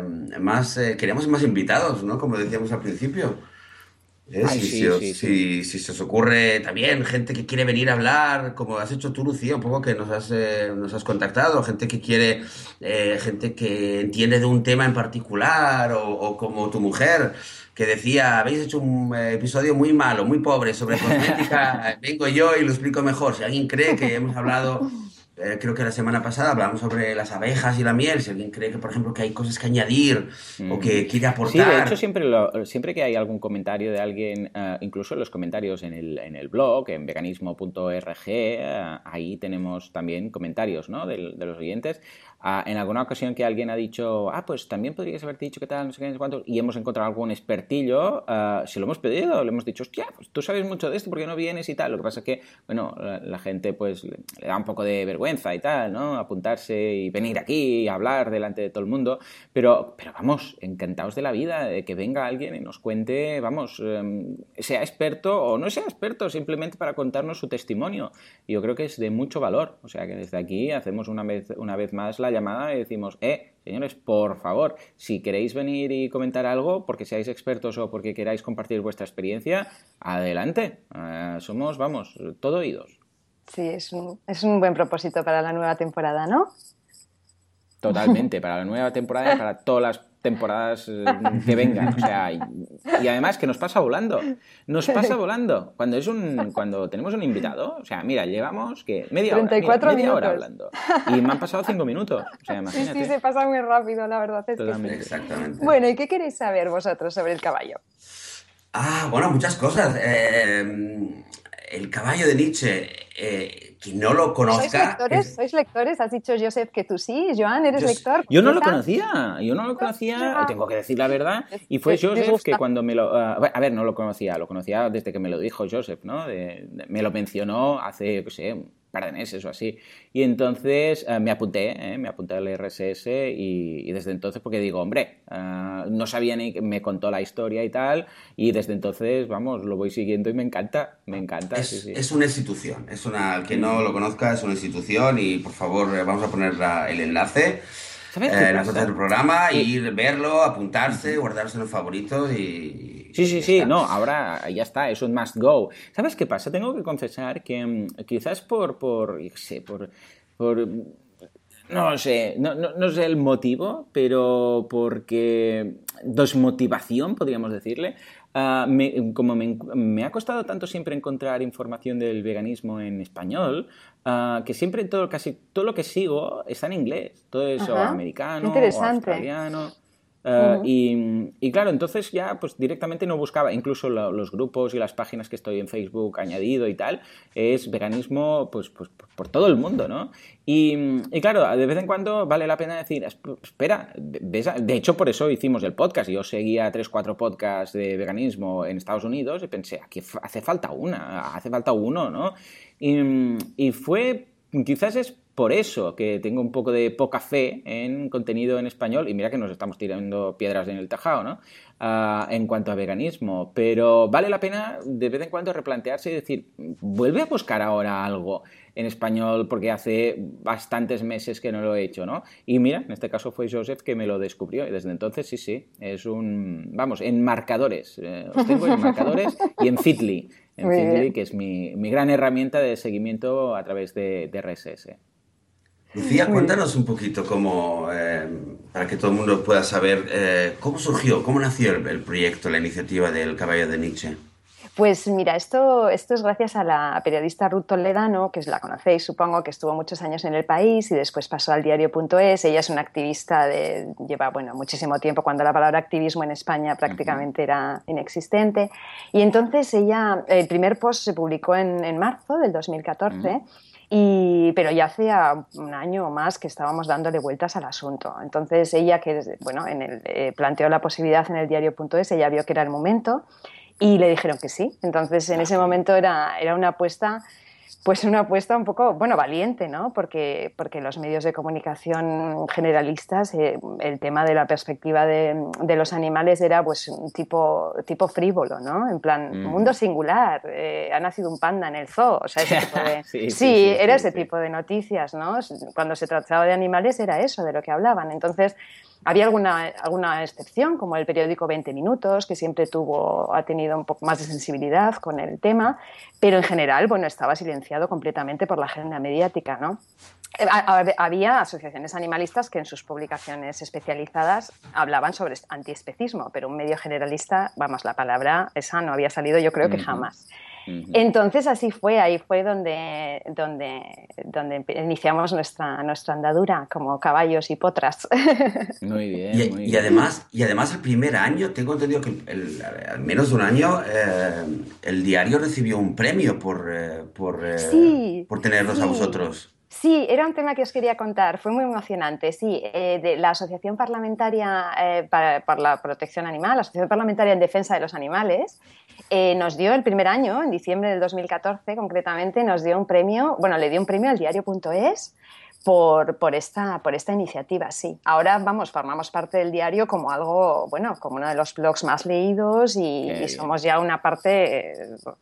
[SPEAKER 1] queremos más invitados, ¿no? Como decíamos al principio.
[SPEAKER 2] Ay, sí, sí, sí.
[SPEAKER 1] Si se os ocurre también gente que quiere venir a hablar, como has hecho tú, Lucía, un poco que nos has contactado, gente que quiere, gente que entiende de un tema en particular, o como tu mujer, que decía, habéis hecho un episodio muy malo, muy pobre sobre cosmética, vengo yo y lo explico mejor. Si alguien cree que hemos hablado, creo que la semana pasada hablamos sobre las abejas y la miel, si alguien cree que, por ejemplo, que hay cosas que añadir o que quiere
[SPEAKER 2] Sí, de hecho,
[SPEAKER 1] aportar.
[SPEAKER 2] siempre que hay algún comentario de alguien, incluso en los comentarios en el blog, en veganismo.org, ahí tenemos también comentarios, ¿no? de los oyentes. En alguna ocasión que alguien ha dicho, pues también podrías haberte dicho qué tal, no sé qué, no sé cuánto, y hemos encontrado algún expertillo, se lo hemos pedido, le hemos dicho, hostia, pues tú sabes mucho de esto, ¿por qué no vienes y tal? Lo que pasa es que, bueno, la gente pues le da un poco de vergüenza y tal, ¿no? Apuntarse y venir aquí y hablar delante de todo el mundo, pero vamos, encantados de la vida, de que venga alguien y nos cuente, vamos, sea experto o no sea experto, simplemente para contarnos su testimonio. Yo creo que es de mucho valor, o sea que desde aquí hacemos una vez más la llamada y decimos, señores, por favor, si queréis venir y comentar algo, porque seáis expertos o porque queráis compartir vuestra experiencia, adelante. Somos, vamos, todo oídos.
[SPEAKER 3] Sí, es un buen propósito para la nueva temporada, ¿no?
[SPEAKER 2] Totalmente, para la nueva temporada y para todas las temporadas que vengan. O sea, y además que nos pasa volando. Nos pasa volando. Cuando tenemos un invitado, o sea, mira, llevamos que media hora hablando. Y me han pasado 5 minutos. O sea, imagínate.
[SPEAKER 3] Sí, se pasa muy rápido, la verdad es que sí.
[SPEAKER 1] Exactamente.
[SPEAKER 3] Bueno, ¿y qué queréis saber vosotros sobre el caballo?
[SPEAKER 1] Bueno, muchas cosas. El caballo de Nietzsche, quien no lo conozca...
[SPEAKER 3] ¿Sois lectores? Has dicho, Josep, que tú sí. Joan, ¿eres lector?
[SPEAKER 2] Yo no lo conocía, tengo que decir la verdad. Y fue Josep que cuando me lo... a ver, no lo conocía desde que me lo dijo Josep, ¿no? Me lo mencionó hace, qué sé, un par de meses o así. Y entonces me apunté al RSS y desde entonces, porque digo, hombre, no sabía ni que me contó la historia y tal, y desde entonces, vamos, lo voy siguiendo y me encanta. Sí.
[SPEAKER 1] Es una institución, el que no lo conozca es una institución y por favor vamos a poner el enlace en las notas del programa, ir verlo, apuntarse, guardarse en los favoritos y...
[SPEAKER 2] Sí, no, ahora ya está, es un must go. ¿Sabes qué pasa? Tengo que confesar que quizás por no sé el motivo, pero porque desmotivación, podríamos decirle, me ha costado tanto siempre encontrar información del veganismo en español, que siempre casi todo lo que sigo está en inglés, todo eso americano o australiano. Y claro, entonces ya pues directamente no buscaba, incluso los grupos y las páginas que estoy en Facebook añadido y tal, es veganismo pues por todo el mundo, ¿no? Y claro, de vez en cuando vale la pena decir, espera, de hecho por eso hicimos el podcast. Yo seguía 3-4 podcasts de veganismo en Estados Unidos y pensé, aquí hace falta uno, ¿no? Y fue, quizás es por eso que tengo un poco de poca fe en contenido en español, y mira que nos estamos tirando piedras en el tejado, ¿no? En cuanto a veganismo, pero vale la pena de vez en cuando replantearse y decir, vuelve a buscar ahora algo en español porque hace bastantes meses que no lo he hecho, ¿no? Y mira, en este caso fue Josep que me lo descubrió y desde entonces sí, es en marcadores, os tengo en marcadores y en Feedly, que es mi gran herramienta de seguimiento a través de RSS.
[SPEAKER 1] Lucía, cuéntanos un poquito para que todo el mundo pueda saber cómo surgió, cómo nació el proyecto, la iniciativa del caballo de Nietzsche.
[SPEAKER 3] Pues mira, esto es gracias a la periodista Ruth Toledano, que la conocéis, supongo, que estuvo muchos años en El País y después pasó al diario.es. Ella es una activista lleva muchísimo tiempo, cuando la palabra activismo en España prácticamente era inexistente. Y entonces el primer post se publicó en marzo del 2014. Pero ya hacía un año o más que estábamos dándole vueltas al asunto. Entonces ella, planteó la posibilidad en el diario.es, ella vio que era el momento y le dijeron que sí. Entonces en ese momento era una apuesta un poco, valiente, ¿no? Porque los medios de comunicación generalistas, el tema de la perspectiva de los animales era pues un tipo frívolo, ¿no? En plan, mundo singular, ha nacido un panda en el zoo, o sea, ese tipo de... era ese tipo de noticias, ¿no? Cuando se trataba de animales era eso de lo que hablaban. Entonces, había alguna excepción, como el periódico 20 Minutos, que siempre ha tenido un poco más de sensibilidad con el tema, pero en general, estaba silenciado completamente por la agenda mediática, ¿no? Había asociaciones animalistas que en sus publicaciones especializadas hablaban sobre antiespecismo, pero un medio generalista, la palabra esa no había salido, yo creo que jamás. Entonces ahí fue donde iniciamos nuestra andadura como caballos y potras.
[SPEAKER 1] Muy bien. Y además el primer año, tengo entendido que al menos de un año, el diario recibió un premio por tenerlos a vosotros.
[SPEAKER 3] Sí, era un tema que os quería contar, fue muy emocionante, sí, de la Asociación Parlamentaria por la Protección Animal, la Asociación Parlamentaria en Defensa de los Animales, nos dio el primer año, en diciembre del 2014 concretamente, nos dio un premio, le dio un premio al diario.es por esta iniciativa, sí. Ahora, formamos parte del diario como algo, como uno de los blogs más leídos y somos ya una parte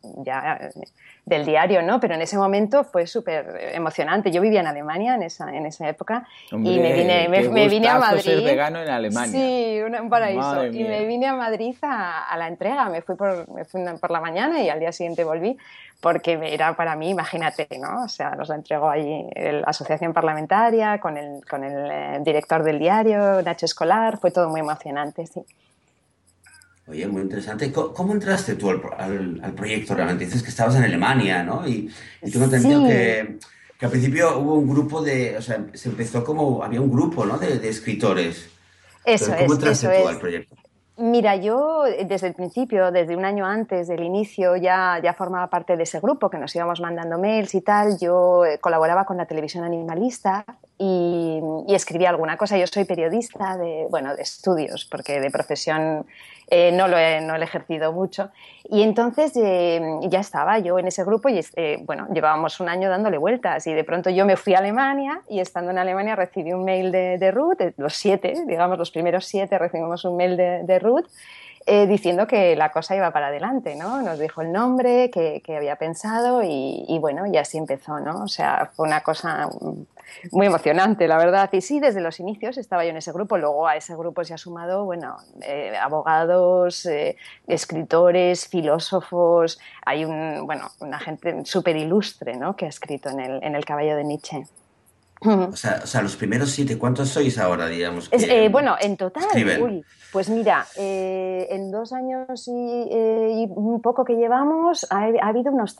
[SPEAKER 3] del diario, ¿no? Pero en ese momento fue súper emocionante. Yo vivía en Alemania en esa época.
[SPEAKER 2] Hombre,
[SPEAKER 3] y me vine a Madrid.
[SPEAKER 2] Ser vegano en Alemania.
[SPEAKER 3] Sí, un paraíso. Y me vine a Madrid a la entrega. Me fui por la mañana y al día siguiente volví. porque era para mí, imagínate, ¿no? O sea, nos la entregó ahí la asociación parlamentaria con el director del diario, Nacho Escolar, fue todo muy emocionante, sí.
[SPEAKER 1] Oye, muy interesante. ¿Cómo entraste tú al proyecto realmente? Dices que estabas en Alemania, ¿no? Y tengo entendido
[SPEAKER 3] Sí,
[SPEAKER 1] que al principio hubo un grupo de, o sea, se empezó como, había un grupo, ¿no? De escritores.
[SPEAKER 3] eso
[SPEAKER 1] Entonces, ¿cómo
[SPEAKER 3] es,
[SPEAKER 1] entraste
[SPEAKER 3] eso
[SPEAKER 1] tú al
[SPEAKER 3] es.
[SPEAKER 1] proyecto?
[SPEAKER 3] Mira, yo desde el principio, desde un año antes del inicio, ya formaba parte de ese grupo que nos íbamos mandando mails y tal. Yo colaboraba con la televisión animalista y escribía alguna cosa. Yo soy periodista bueno, de estudios, porque de profesión no lo he ejercido mucho. Y entonces ya estaba yo en ese grupo y bueno, llevábamos un año dándole vueltas y de pronto yo me fui a Alemania y estando en Alemania recibí un mail de Ruth, los 7, digamos los primeros 7 recibimos un mail de Ruth diciendo que la cosa iba para adelante, ¿no? Nos dijo el nombre que había pensado y bueno, y así empezó, ¿no? O sea, fue una cosa muy emocionante, la verdad. Y sí, desde los inicios estaba yo en ese grupo. Luego a ese grupo se ha sumado, bueno, abogados, escritores, filósofos. Hay bueno, una gente súper ilustre, ¿no? Que ha escrito en el Caballo de Nietzsche.
[SPEAKER 1] O sea, los primeros 7, ¿cuántos sois ahora, digamos, que
[SPEAKER 3] Bueno, en total,
[SPEAKER 1] escriben?
[SPEAKER 3] uy, pues mira, en 2 años y un poco que llevamos ha habido unos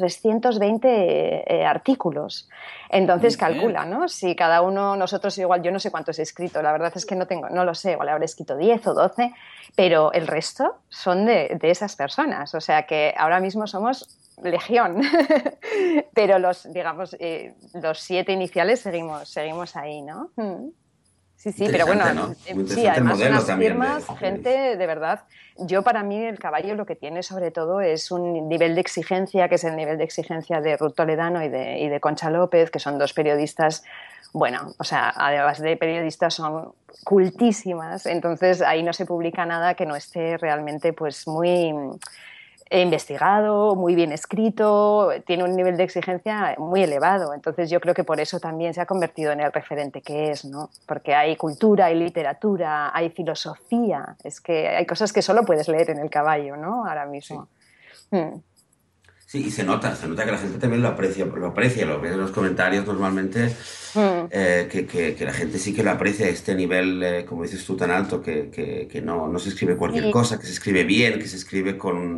[SPEAKER 3] 320 artículos.
[SPEAKER 2] Muy
[SPEAKER 3] Entonces
[SPEAKER 2] bien.
[SPEAKER 3] calcula, ¿no? Si cada uno, nosotros igual, yo no sé cuántos he escrito, la verdad es que no lo sé, igual habré escrito 10 o 12, pero el resto son de esas personas. O sea que ahora mismo somos legión. Pero digamos, los 7 iniciales seguimos ahí, ¿no? Sí, sí, pero bueno,
[SPEAKER 1] Interesante, ¿no? Muy
[SPEAKER 3] sí,
[SPEAKER 1] interesante el
[SPEAKER 3] además
[SPEAKER 1] modelo
[SPEAKER 3] unas
[SPEAKER 1] también
[SPEAKER 3] firmas,
[SPEAKER 1] de
[SPEAKER 3] gente
[SPEAKER 1] periodista.
[SPEAKER 3] de verdad. Yo para mí el caballo lo que tiene sobre todo es un nivel de exigencia, que es el nivel de exigencia de Ruth Toledano y de Concha López, que son dos periodistas, bueno, o sea, además de periodistas son cultísimas, entonces ahí no se publica nada que no esté realmente pues muy investigado, muy bien escrito, tiene un nivel de exigencia muy elevado. Entonces yo creo que por eso también se ha convertido en el referente que es, ¿no? Porque hay cultura, hay literatura, hay filosofía. Es que hay cosas que solo puedes leer en el caballo, ¿no? Ahora
[SPEAKER 1] Sí.
[SPEAKER 3] mismo. Mm.
[SPEAKER 1] Sí, y se nota que la gente también lo ves en los comentarios normalmente,
[SPEAKER 3] Mm.
[SPEAKER 1] que la gente sí que lo aprecia, este nivel, como dices tú, tan alto, que no se escribe cualquier
[SPEAKER 3] Sí,
[SPEAKER 1] cosa, que se escribe bien, que se escribe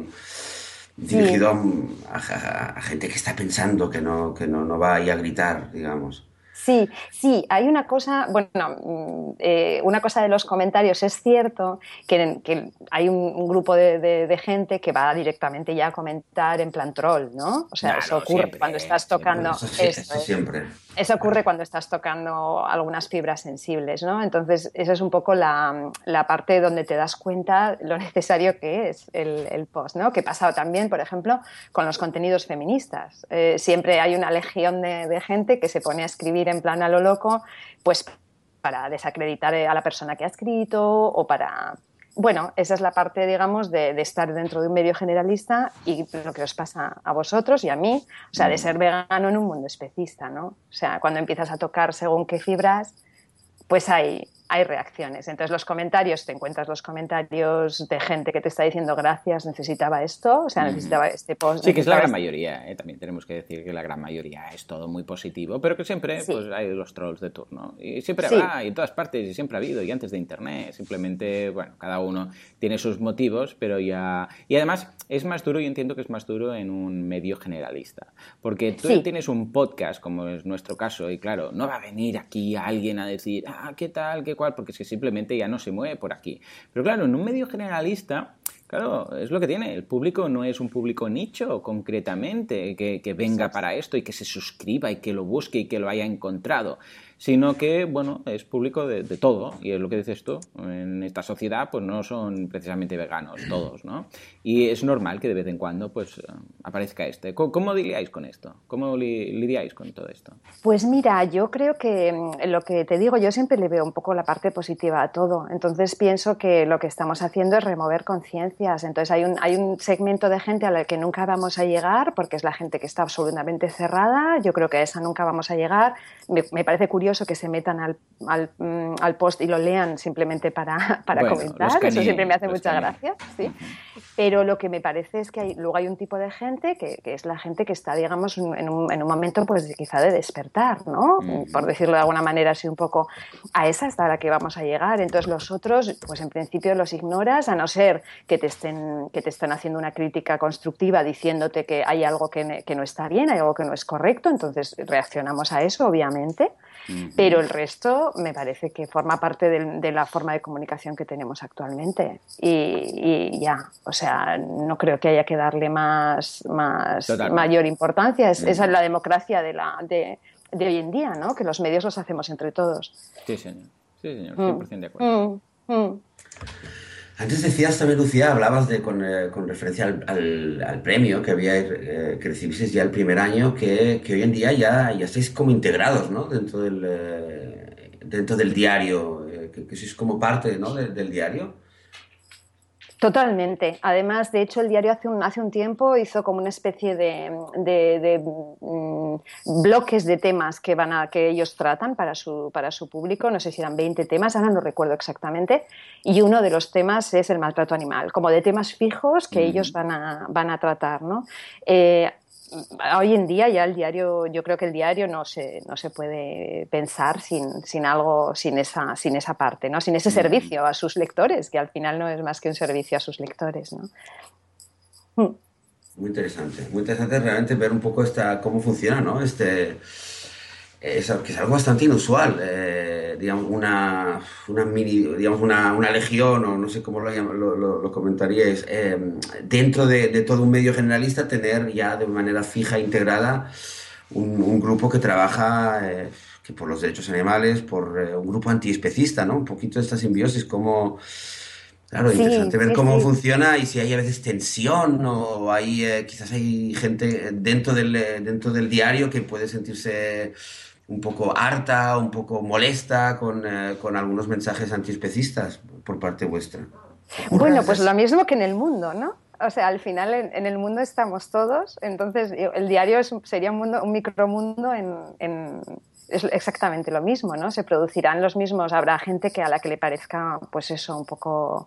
[SPEAKER 3] sí.
[SPEAKER 1] dirigido a gente que está pensando, que no va ahí a gritar, digamos.
[SPEAKER 3] Sí, sí, hay una cosa, bueno, una cosa de los comentarios es cierto que hay un grupo de gente que va directamente ya a comentar en plan troll, ¿no? O sea, eso
[SPEAKER 2] Claro,
[SPEAKER 3] ocurre cuando
[SPEAKER 2] siempre,
[SPEAKER 3] estás
[SPEAKER 2] siempre.
[SPEAKER 1] Bueno,
[SPEAKER 3] tocando,
[SPEAKER 1] eso, sí,
[SPEAKER 3] esto
[SPEAKER 1] eso
[SPEAKER 3] es,
[SPEAKER 1] siempre.
[SPEAKER 3] eso ocurre
[SPEAKER 1] Claro.
[SPEAKER 3] cuando estás tocando algunas fibras sensibles, ¿no? Entonces, esa es un poco la parte donde te das cuenta lo necesario que es el post, ¿no? Que pasa también, por ejemplo, con los contenidos feministas. Siempre hay una legión de gente que se pone a escribir en plan a lo loco, pues para desacreditar a la persona que ha escrito o para... Bueno, esa es la parte, digamos, de estar dentro de un medio generalista y lo que os pasa a vosotros y a mí, o sea, de ser vegano en un mundo especista, ¿no? O sea, cuando empiezas a tocar según qué fibras, pues hay reacciones. Entonces los comentarios, te encuentras los comentarios de gente que te está diciendo gracias, necesitaba esto, o sea, necesitaba este post,
[SPEAKER 2] Sí, que es la
[SPEAKER 3] necesitaba
[SPEAKER 2] gran
[SPEAKER 3] este...
[SPEAKER 2] mayoría, ¿eh? También tenemos que decir que la gran mayoría es todo muy positivo, pero que siempre pues
[SPEAKER 3] Sí,
[SPEAKER 2] hay los trolls de turno. Y siempre
[SPEAKER 3] sí,
[SPEAKER 2] habrá, y en todas partes, y siempre ha habido, y antes de Internet. Simplemente, bueno, cada uno tiene sus motivos, pero ya... Y además es más duro, yo entiendo que es más duro en un medio generalista. Porque tú
[SPEAKER 3] sí,
[SPEAKER 2] tienes un podcast, como es nuestro caso, y claro, no va a venir aquí alguien a decir, ¿qué tal, qué cual? Porque es que simplemente ya no se mueve por aquí. Pero claro, en un medio generalista... Claro, es lo que tiene. El público no es un público nicho, concretamente, que
[SPEAKER 3] eso
[SPEAKER 2] venga
[SPEAKER 3] es.
[SPEAKER 2] para esto y que se suscriba y que lo busque y que lo haya encontrado, sino que, bueno, es público de todo. Y es lo que dices tú. En esta sociedad, pues no son precisamente veganos todos, ¿no? Y es normal que de vez en cuando, pues, aparezca este. ¿Cómo lidiáis con esto? ¿Cómo lidiáis con todo esto?
[SPEAKER 3] Pues mira, yo creo que lo que te digo, yo siempre le veo un poco la parte positiva a todo. Entonces pienso que lo que estamos haciendo es remover conciencias. Entonces hay un segmento de gente a la que nunca vamos a llegar porque es la gente que está absolutamente cerrada. Yo creo que a esa nunca vamos a llegar. Me parece curioso curioso que se metan al post y lo lean simplemente para comentar. Eso siempre me hace mucha gracia, ¿sí? Pero lo que me parece es que luego hay un tipo de gente que es la gente que está, digamos, en un momento pues quizá de despertar, ¿no? Por decirlo de alguna manera así un poco, a esa hasta la que vamos a llegar. Entonces los otros, pues en principio los ignoras, a no ser que te estén haciendo una crítica constructiva diciéndote que hay algo que no está bien, hay algo que no es correcto, entonces reaccionamos a eso, obviamente. Pero el resto me parece que forma parte de la forma de comunicación que tenemos actualmente y ya, o sea, no creo que haya que darle mayor importancia. Esa es la democracia de hoy en día, ¿no? Que los medios los hacemos entre todos.
[SPEAKER 2] Sí, señor, 100% de acuerdo.
[SPEAKER 1] Antes decías también, Lucía, hablabas con referencia al premio que recibisteis ya el primer año, que hoy en día ya estáis como integrados, ¿no? Dentro del diario, que sois como parte, ¿no? del diario.
[SPEAKER 3] Totalmente. Además, de hecho, el diario hace un tiempo hizo como una especie de bloques de temas que ellos tratan para su público. No sé si eran 20 temas, ahora no recuerdo exactamente. Y uno de los temas es el maltrato animal, como de temas fijos que ellos van a tratar, ¿no? Hoy en día ya el diario, yo creo que el diario no se puede pensar sin algo, sin esa parte, ¿no? Sin ese servicio a sus lectores, que al final no es más que un servicio a sus lectores, ¿no?
[SPEAKER 1] Muy interesante realmente ver un poco cómo funciona, ¿no? Que es algo bastante inusual, digamos, una legión, o no sé cómo lo comentaríais, dentro de todo un medio generalista, tener ya de manera fija, integrada, un grupo que trabaja que por los derechos animales, por un grupo antiespecista, ¿no? Un poquito de esta simbiosis, como... Claro, interesante ver cómo funciona y si hay a veces tensión o quizás hay gente dentro del diario que puede sentirse un poco harta, un poco molesta con algunos mensajes antiespecistas por parte vuestra.
[SPEAKER 3] Bueno, pues lo mismo que en el mundo, ¿no? O sea, al final en el mundo estamos todos, entonces el diario sería un micromundo es exactamente lo mismo, ¿no? Se producirán los mismos, habrá gente a la que le parezca, pues eso, un poco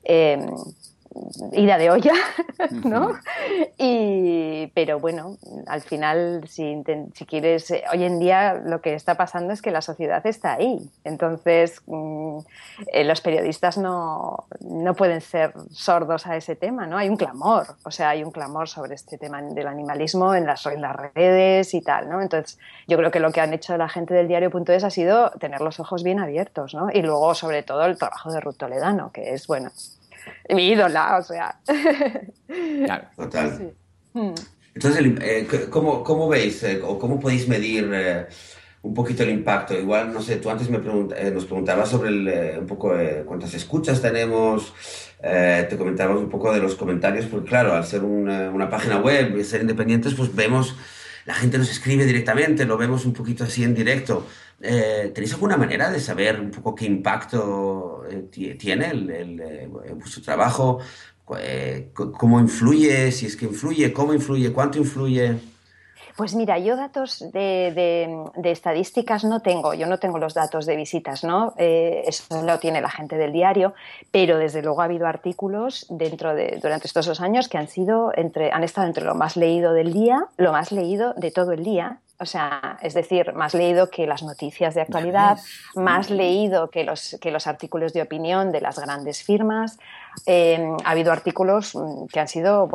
[SPEAKER 3] ida de olla, ¿no? Pero bueno, al final, si quieres, hoy en día lo que está pasando es que la sociedad está ahí. Entonces, los periodistas no pueden ser sordos a ese tema, ¿no? Hay un clamor, o sea, hay un clamor sobre este tema del animalismo en las redes y tal, ¿no? Entonces, yo creo que lo que han hecho la gente del diario.es ha sido tener los ojos bien abiertos, ¿no? Y luego, sobre todo, el trabajo de Ruth Toledano, que es, bueno, mi ídola, o sea.
[SPEAKER 1] Claro. Total. Sí. Entonces, ¿cómo veis o cómo podéis medir un poquito el impacto? Igual, no sé, tú antes nos preguntabas sobre un poco cuántas escuchas tenemos, te comentabas un poco de los comentarios, porque claro, al ser una página web y ser independientes, pues vemos, la gente nos escribe directamente, lo vemos un poquito así en directo. ¿Tenéis alguna manera de saber un poco qué impacto tiene vuestro trabajo? ¿Cómo influye? Si es que influye, ¿cómo influye? ¿Cuánto influye?
[SPEAKER 3] Pues mira, yo datos de estadísticas no tengo, yo no tengo los datos de visitas, ¿no? Eso lo tiene la gente del diario, pero desde luego ha habido artículos durante estos 2 años que han estado entre lo más leído del día, lo más leído de todo el día. O sea, es decir, más leído que las noticias de actualidad, más leído que los artículos de opinión de las grandes firmas. Ha habido artículos que han sido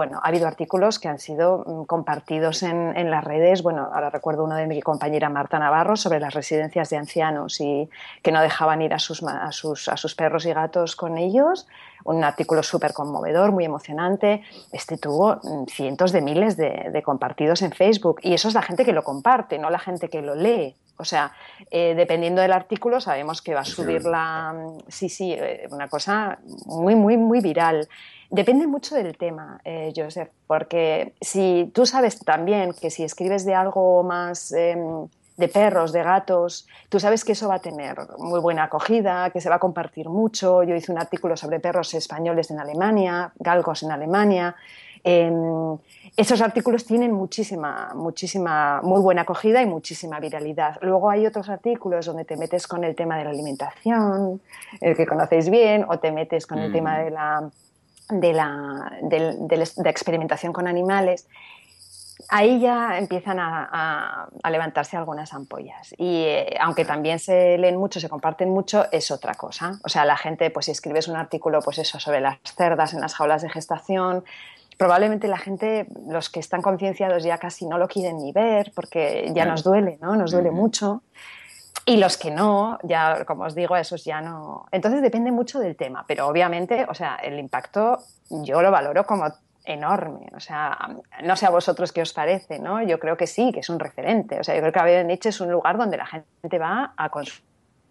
[SPEAKER 3] compartidos en las redes. Bueno, ahora recuerdo uno de mi compañera Marta Navarro sobre las residencias de ancianos y que no dejaban ir a sus perros y gatos con ellos. Un artículo súper conmovedor, muy emocionante. Tuvo cientos de miles de compartidos en Facebook y eso es la gente que lo comparte, no la gente que lo lee. O sea, dependiendo del artículo sabemos que va a subir una cosa muy, muy, muy viral. Depende mucho del tema, Josep, porque si tú sabes también que si escribes de algo más de perros, de gatos, tú sabes que eso va a tener muy buena acogida, que se va a compartir mucho. Yo hice un artículo sobre perros españoles en Alemania, galgos en Alemania, Esos artículos tienen muchísima, muy buena acogida y muchísima viralidad. Luego hay otros artículos donde te metes con el tema de la alimentación, el que conocéis bien, o te metes con el tema de la experimentación con animales. Ahí ya empiezan a levantarse algunas ampollas y aunque también se leen mucho, se comparten mucho, es otra cosa. O sea, la gente, pues si escribes un artículo, pues eso, sobre las cerdas en las jaulas de gestación, probablemente la gente, los que están concienciados ya casi no lo quieren ni ver porque ya nos duele, ¿no? Nos duele mucho. Y los que no, ya como os digo, esos ya no. Entonces depende mucho del tema, pero obviamente, o sea, el impacto yo lo valoro como enorme. O sea, no sé a vosotros qué os parece, ¿no? Yo creo que sí, que es un referente. O sea, yo creo que Cabello de Nietzsche es un lugar donde la gente va a consultar.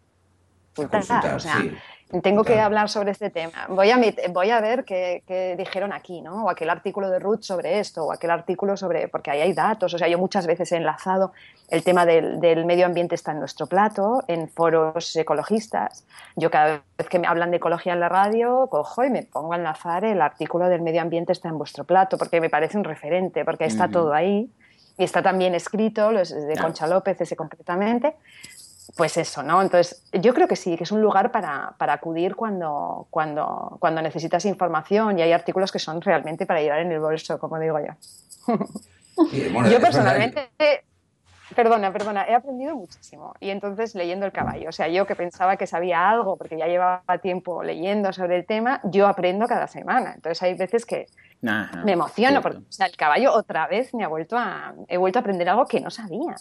[SPEAKER 3] O sea,
[SPEAKER 1] sí.
[SPEAKER 3] tengo que hablar sobre este tema. Voy a ver qué dijeron aquí, ¿no? O aquel artículo de Ruth sobre esto, o aquel artículo sobre... Porque ahí hay datos. O sea, yo muchas veces he enlazado el tema del medio ambiente está en nuestro plato, en foros ecologistas. Yo cada vez que me hablan de ecología en la radio, cojo y me pongo a enlazar el artículo del medio ambiente está en vuestro plato, porque me parece un referente, porque está todo ahí. Y está también escrito, de Concha López, ese concretamente. Pues eso, ¿no? Entonces, yo creo que sí, que es un lugar para acudir cuando necesitas información y hay artículos que son realmente para llevar en el bolso, como digo yo.
[SPEAKER 1] Sí, bueno,
[SPEAKER 3] Yo personalmente, perdona, he aprendido muchísimo. Y entonces, leyendo El caballo, o sea, yo que pensaba que sabía algo porque ya llevaba tiempo leyendo sobre el tema, yo aprendo cada semana. Entonces, hay veces que me emociono porque, o sea, El caballo otra vez he vuelto a aprender algo que no sabía.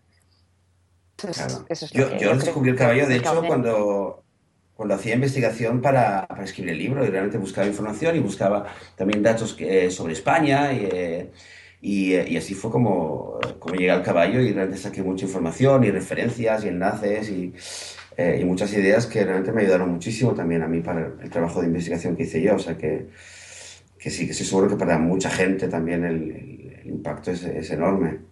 [SPEAKER 1] Claro.
[SPEAKER 3] Eso es
[SPEAKER 1] Yo descubrí El caballo, de hecho, cuando hacía investigación para escribir el libro y realmente buscaba información y buscaba también datos sobre España y así fue como llegué al caballo y realmente saqué mucha información y referencias y enlaces y muchas ideas que realmente me ayudaron muchísimo también a mí para el trabajo de investigación que hice yo. O sea que sí, que estoy seguro que para mucha gente también el impacto es enorme.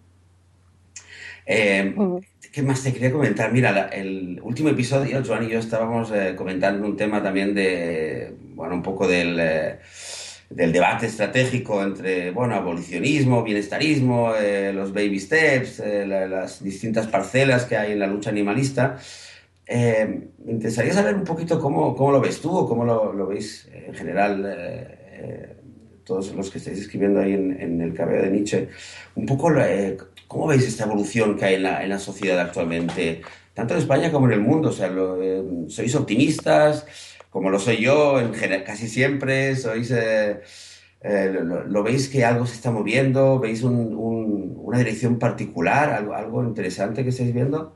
[SPEAKER 1] ¿Qué más te quería comentar? Mira, el último episodio, Joan y yo estábamos comentando un tema también bueno, un poco del debate estratégico entre, bueno, abolicionismo, bienestarismo, los baby steps, las distintas parcelas que hay en la lucha animalista. Me interesaría saber un poquito cómo lo ves tú o cómo lo veis en general todos los que estáis escribiendo ahí en el Cabello de Nietzsche. Un poco, ¿cómo veis esta evolución que hay en la sociedad actualmente, tanto en España como en el mundo? O sea, ¿sois optimistas, como lo soy yo casi siempre? ¿Lo veis que algo se está moviendo? ¿Veis una dirección particular, algo interesante que estáis viendo?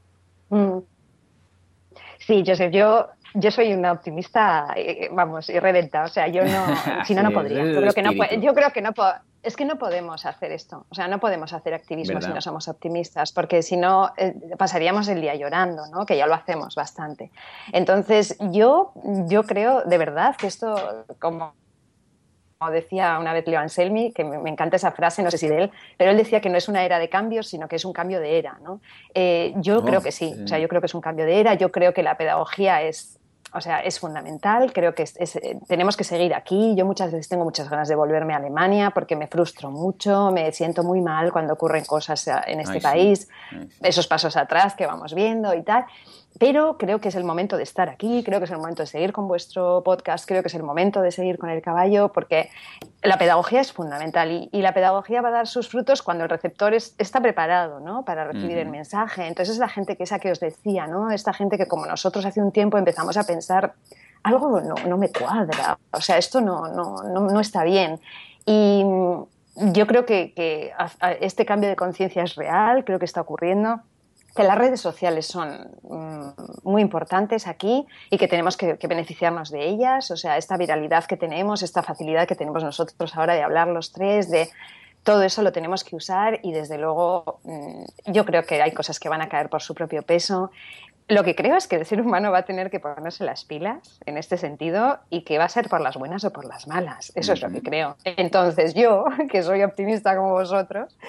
[SPEAKER 3] Sí, Josep, yo soy una optimista, vamos, irredenta. O sea, yo no, si no, no podría. Yo creo que no puedo. Es que no podemos hacer esto. O sea, no podemos hacer activismo, ¿verdad?, si no somos optimistas, porque si no pasaríamos el día llorando, ¿no? Que ya lo hacemos bastante. Entonces, yo creo de verdad que esto, como decía una vez Leo Anselmi, que me encanta esa frase, no sé si de él, pero él decía que no es una era de cambios, sino que es un cambio de era, ¿no? Yo creo que sí. O sea, yo creo que es un cambio de era. Yo creo que la pedagogía es fundamental. Creo que tenemos que seguir aquí. Yo muchas veces tengo muchas ganas de volverme a Alemania porque me frustro mucho, me siento muy mal cuando ocurren cosas en este país, esos pasos atrás que vamos viendo y tal. Pero creo que es el momento de estar aquí, creo que es el momento de seguir con vuestro podcast, creo que es el momento de seguir con El caballo, porque la pedagogía es fundamental y la pedagogía va a dar sus frutos cuando el receptor está preparado, ¿no?, para recibir el mensaje. Entonces es la gente esa que os decía, ¿no?, esta gente que como nosotros hace un tiempo empezamos a pensar algo no me cuadra, o sea, esto no está bien. Y yo creo que este cambio de conciencia es real, creo que está ocurriendo, que las redes sociales son muy importantes aquí y que tenemos que beneficiarnos de ellas. O sea, esta viralidad que tenemos, esta facilidad que tenemos nosotros ahora de hablar los tres, de todo eso lo tenemos que usar y desde luego yo creo que hay cosas que van a caer por su propio peso. Lo que creo es que el ser humano va a tener que ponerse las pilas en este sentido y que va a ser por las buenas o por las malas. Eso es lo que creo. Entonces yo, que soy optimista como vosotros,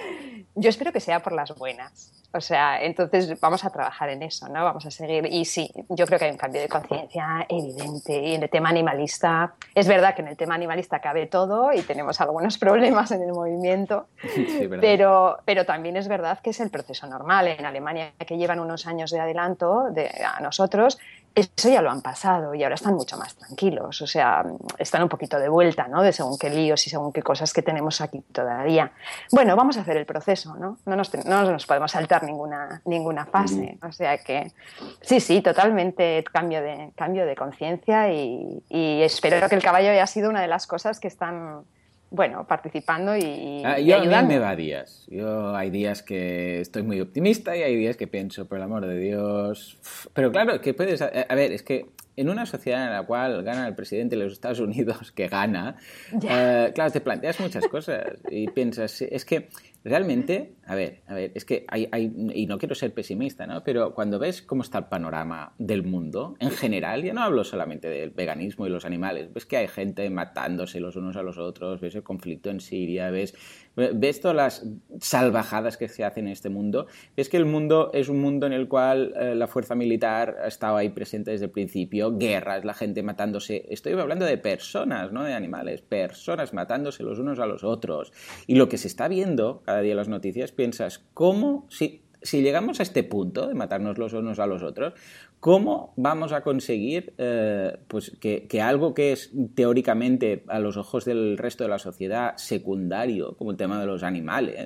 [SPEAKER 3] Yo espero que sea por las buenas. O sea, entonces vamos a trabajar en eso, ¿no? Vamos a seguir. Y sí, yo creo que hay un cambio de conciencia evidente. Y en el tema animalista, es verdad que en el tema animalista cabe todo y tenemos algunos problemas en el movimiento,
[SPEAKER 2] Sí,
[SPEAKER 3] pero también es verdad que es el proceso normal. En Alemania, que llevan unos años de adelanto a nosotros, eso ya lo han pasado y ahora están mucho más tranquilos. O sea, están un poquito de vuelta, ¿no? De según qué líos y según qué cosas que tenemos aquí todavía. Bueno, vamos a hacer el proceso, ¿no? No nos podemos saltar ninguna fase. O sea que sí, totalmente cambio de conciencia y espero que el caballo haya sido una de las cosas que están, bueno, participando y ayudando.
[SPEAKER 2] A mí me va días. Yo hay días que estoy muy optimista y hay días que pienso, por el amor de Dios. Pero claro, que puedes... A ver, es que en una sociedad en la cual gana el presidente de los Estados Unidos, que gana, claro, te planteas muchas cosas y piensas, es que realmente, a ver, es que y no quiero ser pesimista, ¿no? Pero cuando ves cómo está el panorama del mundo, en general, ya no hablo solamente del veganismo y los animales, ves que hay gente matándose los unos a los otros, ves el conflicto en Siria, ves todas las salvajadas que se hacen en este mundo, ves que el mundo es un mundo en el cual la fuerza militar ha estado ahí presente desde el principio, guerras, la gente matándose, estoy hablando de personas, no de animales, personas matándose los unos a los otros, y lo que se está viendo cada día en las noticias, piensas, ¿cómo, si llegamos a este punto de matarnos los unos a los otros, cómo vamos a conseguir pues que algo que es teóricamente a los ojos del resto de la sociedad secundario, como el tema de los animales,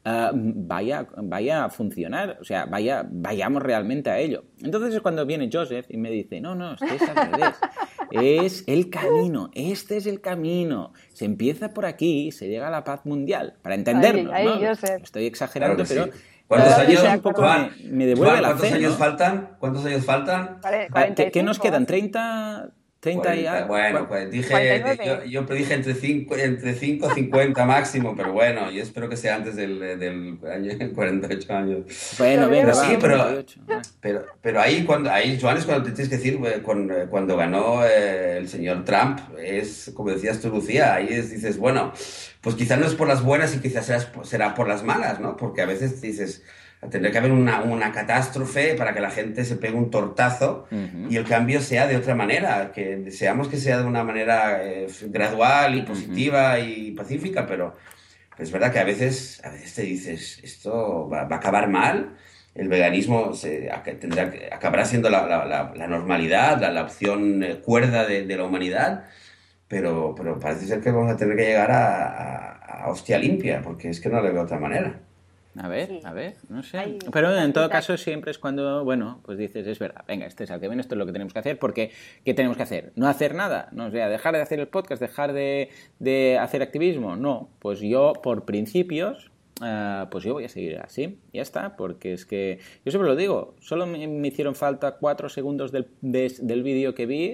[SPEAKER 2] vaya a funcionar, o sea, vayamos realmente a ello? Entonces es cuando viene Joseph y me dice, no, es que es al revés, es el camino, este es el camino, se empieza por aquí y se llega a la paz mundial, para entendernos,
[SPEAKER 3] ahí,
[SPEAKER 2] ¿no?
[SPEAKER 3] Joseph.
[SPEAKER 2] Estoy exagerando,
[SPEAKER 1] Claro que
[SPEAKER 2] pero...
[SPEAKER 1] sí. ¿Cuántos años,
[SPEAKER 2] un poco me devuelve la fe,
[SPEAKER 1] ¿cuántos años
[SPEAKER 2] ¿no?
[SPEAKER 1] faltan? ¿Cuántos años faltan?
[SPEAKER 3] 45,
[SPEAKER 2] ¿Qué nos quedan? ¿30 y
[SPEAKER 1] 40,
[SPEAKER 2] algo?
[SPEAKER 1] bueno, pues dije,
[SPEAKER 3] 49.
[SPEAKER 1] yo predije entre 5 y 50 máximo, pero bueno, yo espero que sea antes del año 48 años.
[SPEAKER 2] Bueno, venga,
[SPEAKER 1] Pero
[SPEAKER 2] va,
[SPEAKER 1] sí,
[SPEAKER 2] 48.
[SPEAKER 1] pero ahí, Joan, es cuando te tienes que decir, cuando ganó el señor Trump, es, como decías tú, Lucía, ahí dices, bueno, pues quizás no es por las buenas y quizás será por las malas, ¿no? Porque a veces dices, tendría que haber una catástrofe para que la gente se pegue un tortazo y el cambio sea de otra manera, que deseamos que sea de una manera gradual y positiva y pacífica, pero es verdad que a veces te dices, esto va a acabar mal, el veganismo acabará siendo la normalidad, la opción cuerda de la humanidad, pero parece ser que vamos a tener que llegar a hostia limpia, porque es que no le veo otra manera.
[SPEAKER 2] A
[SPEAKER 3] Sí.
[SPEAKER 2] ver, no sé.
[SPEAKER 3] Hay
[SPEAKER 2] Pero en todo
[SPEAKER 3] cositas.
[SPEAKER 2] caso siempre es cuando, bueno, pues dices, es verdad, venga, este es el que viene, esto es lo que tenemos que hacer, porque ¿qué tenemos que hacer? ¿No hacer nada? No, o sea, dejar de hacer el podcast, dejar de hacer activismo. No, pues yo por principios, pues yo voy a seguir así, ya está, porque es que, yo siempre lo digo, solo me hicieron falta 4 segundos del vídeo que vi,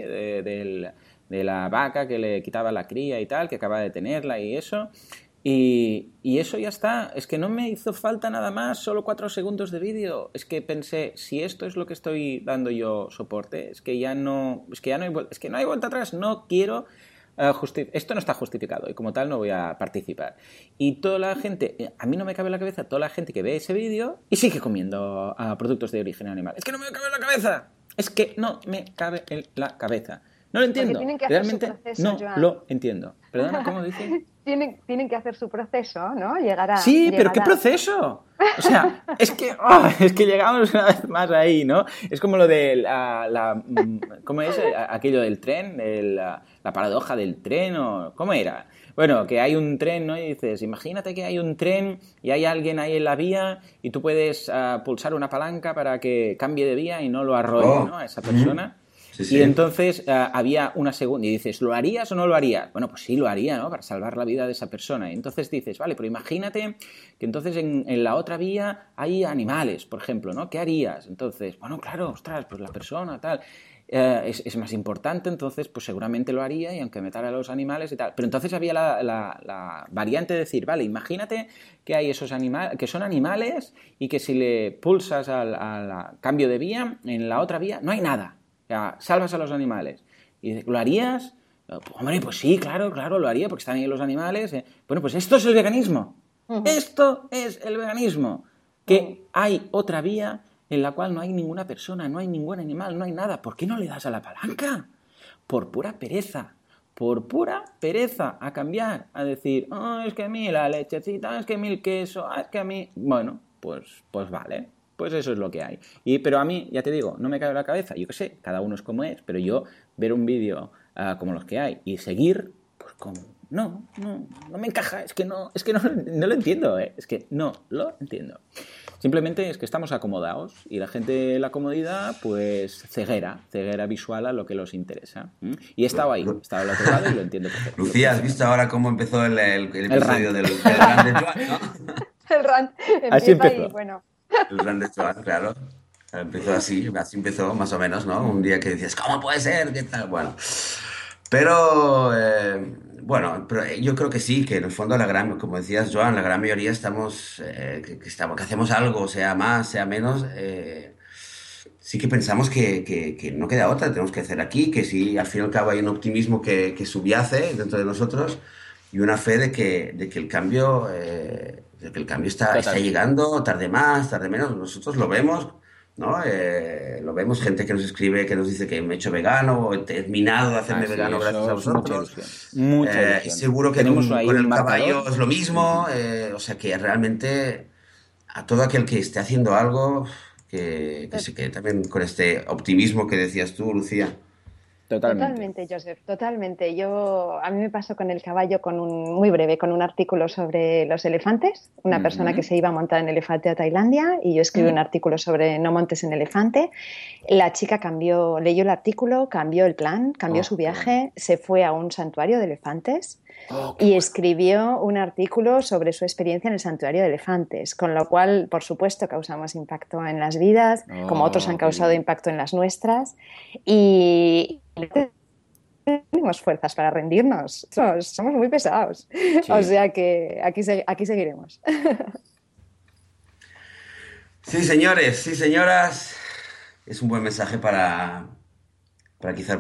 [SPEAKER 2] de la vaca que le quitaba la cría y tal, que acaba de tenerla y eso. Y eso ya está, es que no me hizo falta nada más, solo 4 segundos de vídeo. Es que pensé, si esto es lo que estoy dando yo soporte, es que no hay vuelta atrás, no quiero esto no está justificado y como tal no voy a participar. Y toda la gente, a mí no me cabe en la cabeza toda la gente que ve ese vídeo y sigue comiendo productos de origen animal. Es que no me cabe en la cabeza, es que no me cabe en la cabeza. No lo entiendo, realmente
[SPEAKER 3] proceso,
[SPEAKER 2] no
[SPEAKER 3] Joan.
[SPEAKER 2] lo entiendo. ¿Perdona, cómo dice?
[SPEAKER 3] Tienen que hacer su proceso, ¿no?
[SPEAKER 2] Sí, pero ¿qué proceso? O sea, es que llegamos una vez más ahí, ¿no? Es como lo de ¿cómo es? Aquello del tren, la paradoja del tren, o ¿cómo era? Bueno, que hay un tren, ¿no? Y dices, imagínate que hay un tren y hay alguien ahí en la vía y tú puedes pulsar una palanca para que cambie de vía y no lo arrolle, ¿no? A esa persona.
[SPEAKER 1] Sí, sí.
[SPEAKER 2] Y entonces había una segunda y dices, ¿lo harías o no lo harías? Bueno, pues sí, lo haría, ¿no? Para salvar la vida de esa persona. Y entonces dices, vale, pero imagínate que entonces en la otra vía hay animales, por ejemplo, ¿no? ¿Qué harías? Entonces, bueno, claro, ostras, pues la persona, tal, es más importante, entonces pues seguramente lo haría y aunque matara a los animales y tal. Pero entonces había la variante de decir, vale, imagínate que hay esos animales, que son animales y que si le pulsas al cambio de vía, en la otra vía no hay nada. O sea, salvas a los animales. Y dices, ¿lo harías? Hombre, pues sí, claro, lo haría, porque están ahí los animales. Bueno, pues esto es el veganismo. Esto es el veganismo, que hay otra vía en la cual no hay ninguna persona, no hay ningún animal, no hay nada. ¿Por qué no le das a la palanca? Por pura pereza a cambiar, a decir, es que a mí la lechecita, es que a mí el queso, es que a mí... Bueno, pues vale, pues eso es lo que hay. Pero a mí, ya te digo, no me cabe la cabeza, yo qué sé, cada uno es como es, pero yo ver un vídeo como los que hay y seguir, pues como... No me encaja, es que no lo entiendo, es que no lo entiendo. Simplemente es que estamos acomodados y la gente, la comodidad, pues ceguera visual a lo que les interesa. Y he estado ahí, he estado al otro lado y lo entiendo perfectamente.
[SPEAKER 1] Lucía, ¿has visto ahora cómo empezó el episodio del rant de Joan, ¿no?
[SPEAKER 3] El rant
[SPEAKER 2] así empezó.
[SPEAKER 3] Ahí, bueno.
[SPEAKER 1] El rant de Joan, claro. Empezó así empezó más o menos, ¿no? Un día que decías, ¿cómo puede ser? ¿Qué tal? Bueno, pero... Bueno, pero yo creo que sí, que en el fondo como decías, Joan, la gran mayoría estamos, que hacemos algo, sea más, sea menos, sí que pensamos que no queda otra, tenemos que hacer aquí, que sí, al fin y al cabo hay un optimismo que subyace dentro de nosotros y una fe de que el cambio, está llegando, tarde más, tarde menos, nosotros lo vemos. ¿No? Lo vemos, gente que nos escribe, que nos dice que me he hecho vegano o he terminado de hacerme vegano gracias a vosotros.
[SPEAKER 2] Mucha ilusión.
[SPEAKER 1] Seguro que con el caballo es lo mismo, o sea que realmente a todo aquel que esté haciendo algo, que se quede también con este optimismo que decías tú, Lucía.
[SPEAKER 3] Totalmente, Joseph, totalmente. A mí me pasó con el caballo muy breve, con un artículo sobre los elefantes, una persona que se iba a montar en elefante a Tailandia y yo escribí un artículo sobre no montes en elefante. La chica leyó el artículo, cambió el plan, cambió su viaje, se fue a un santuario de elefantes y escribió un artículo sobre su experiencia en el santuario de elefantes, con lo cual, por supuesto, causamos impacto en las vidas, como otros han causado impacto en las nuestras y no tenemos fuerzas para rendirnos. Somos muy pesados. Sí. O sea que aquí seguiremos.
[SPEAKER 1] Sí, señores, sí, señoras. Es un buen mensaje para quizá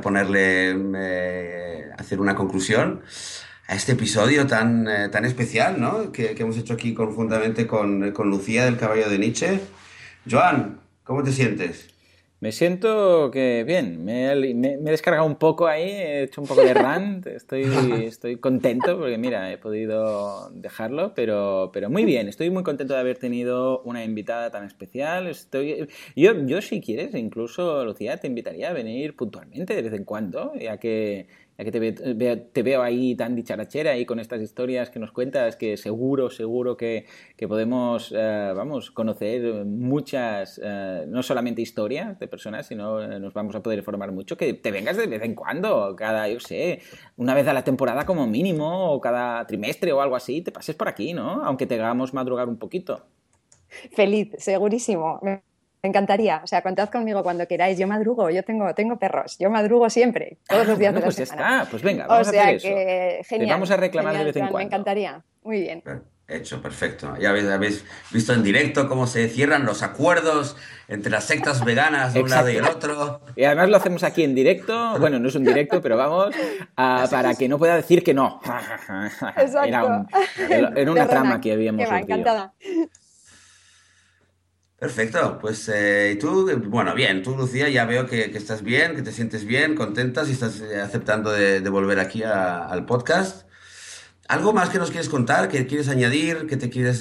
[SPEAKER 1] hacer una conclusión a este episodio tan especial, ¿no? que hemos hecho aquí conjuntamente con Lucía del Caballo de Nietzsche. Joan, ¿cómo te sientes?
[SPEAKER 2] Me siento que bien, me he descargado un poco ahí, he hecho un poco de rant, estoy contento porque mira, he podido dejarlo, pero muy bien, estoy muy contento de haber tenido una invitada tan especial. Yo si quieres, incluso Lucía, te invitaría a venir puntualmente de vez en cuando, ya que te veo ahí tan dicharachera y con estas historias que nos cuentas, que seguro que podemos conocer muchas, no solamente historias de personas, sino nos vamos a poder formar mucho, que te vengas de vez en cuando, una vez a la temporada como mínimo, o cada trimestre o algo así, te pases por aquí, ¿no? Aunque te hagamos madrugar un poquito.
[SPEAKER 3] Feliz, segurísimo. Me encantaría, o sea, contad conmigo cuando queráis. Yo madrugo, yo tengo perros, yo madrugo siempre, todos los días de la semana.
[SPEAKER 2] Ya está, pues venga, vamos a hacer eso.
[SPEAKER 3] Genial,
[SPEAKER 2] te vamos a reclamar
[SPEAKER 3] genial,
[SPEAKER 2] de vez en cuando.
[SPEAKER 3] Me encantaría, muy bien.
[SPEAKER 1] Hecho, perfecto. Ya habéis visto en directo cómo se cierran los acuerdos entre las sectas veganas de un lado y el otro.
[SPEAKER 2] Y además lo hacemos aquí en directo, bueno, no es un directo, pero vamos, para que no pueda decir que no.
[SPEAKER 3] Exacto.
[SPEAKER 2] Era una trama que habíamos
[SPEAKER 3] hecho. Encantada.
[SPEAKER 1] Perfecto, pues tú, bueno, bien, tú Lucía, ya veo que estás bien, que te sientes bien, contenta, si estás aceptando de volver aquí al podcast. ¿Algo más que nos quieres contar, que quieres añadir, que te quieres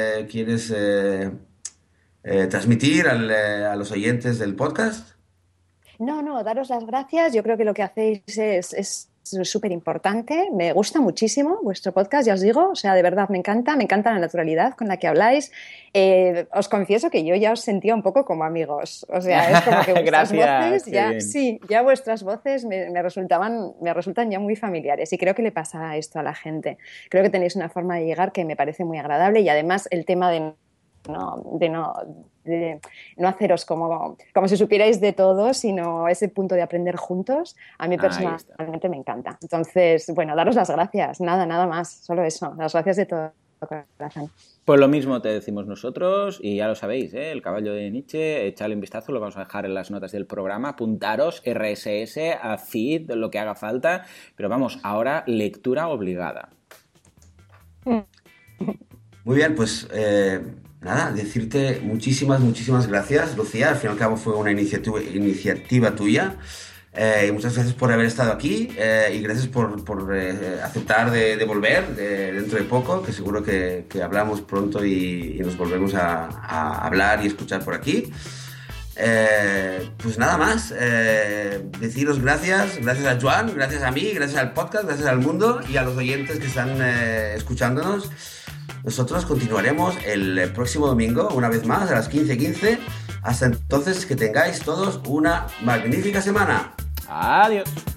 [SPEAKER 1] transmitir a los oyentes del podcast?
[SPEAKER 3] No, daros las gracias. Yo creo que lo que hacéis es súper importante. Me gusta muchísimo vuestro podcast, ya os digo. O sea, de verdad me encanta la naturalidad con la que habláis. Os confieso que yo ya os sentía un poco como amigos. O sea, es como que vuestras voces ya vuestras voces me resultan ya muy familiares y creo que le pasa esto a la gente. Creo que tenéis una forma de llegar que me parece muy agradable y además el tema de no haceros como si supierais de todo, sino ese punto de aprender juntos, a mí personalmente me encanta. Entonces, bueno, daros las gracias, nada más, solo eso, las gracias de todo corazón.
[SPEAKER 2] Pues lo mismo te decimos nosotros y ya lo sabéis, El Caballo de Nietzsche, echadle un vistazo, lo vamos a dejar en las notas del programa, apuntaros, RSS, a feed, lo que haga falta, pero vamos, ahora lectura obligada.
[SPEAKER 1] Muy bien, pues nada, decirte muchísimas gracias, Lucía. Al fin y al cabo fue una iniciativa tuya. Y muchas gracias por haber estado aquí y gracias por aceptar de volver dentro de poco, que seguro que hablamos pronto y nos volvemos a hablar y escuchar por aquí. Pues nada más, deciros gracias a Joan, gracias a mí, gracias al podcast, gracias al mundo y a los oyentes que están escuchándonos. Nosotros continuaremos el próximo domingo, una vez más, a las 15:15. Hasta entonces, que tengáis todos una magnífica semana.
[SPEAKER 2] Adiós.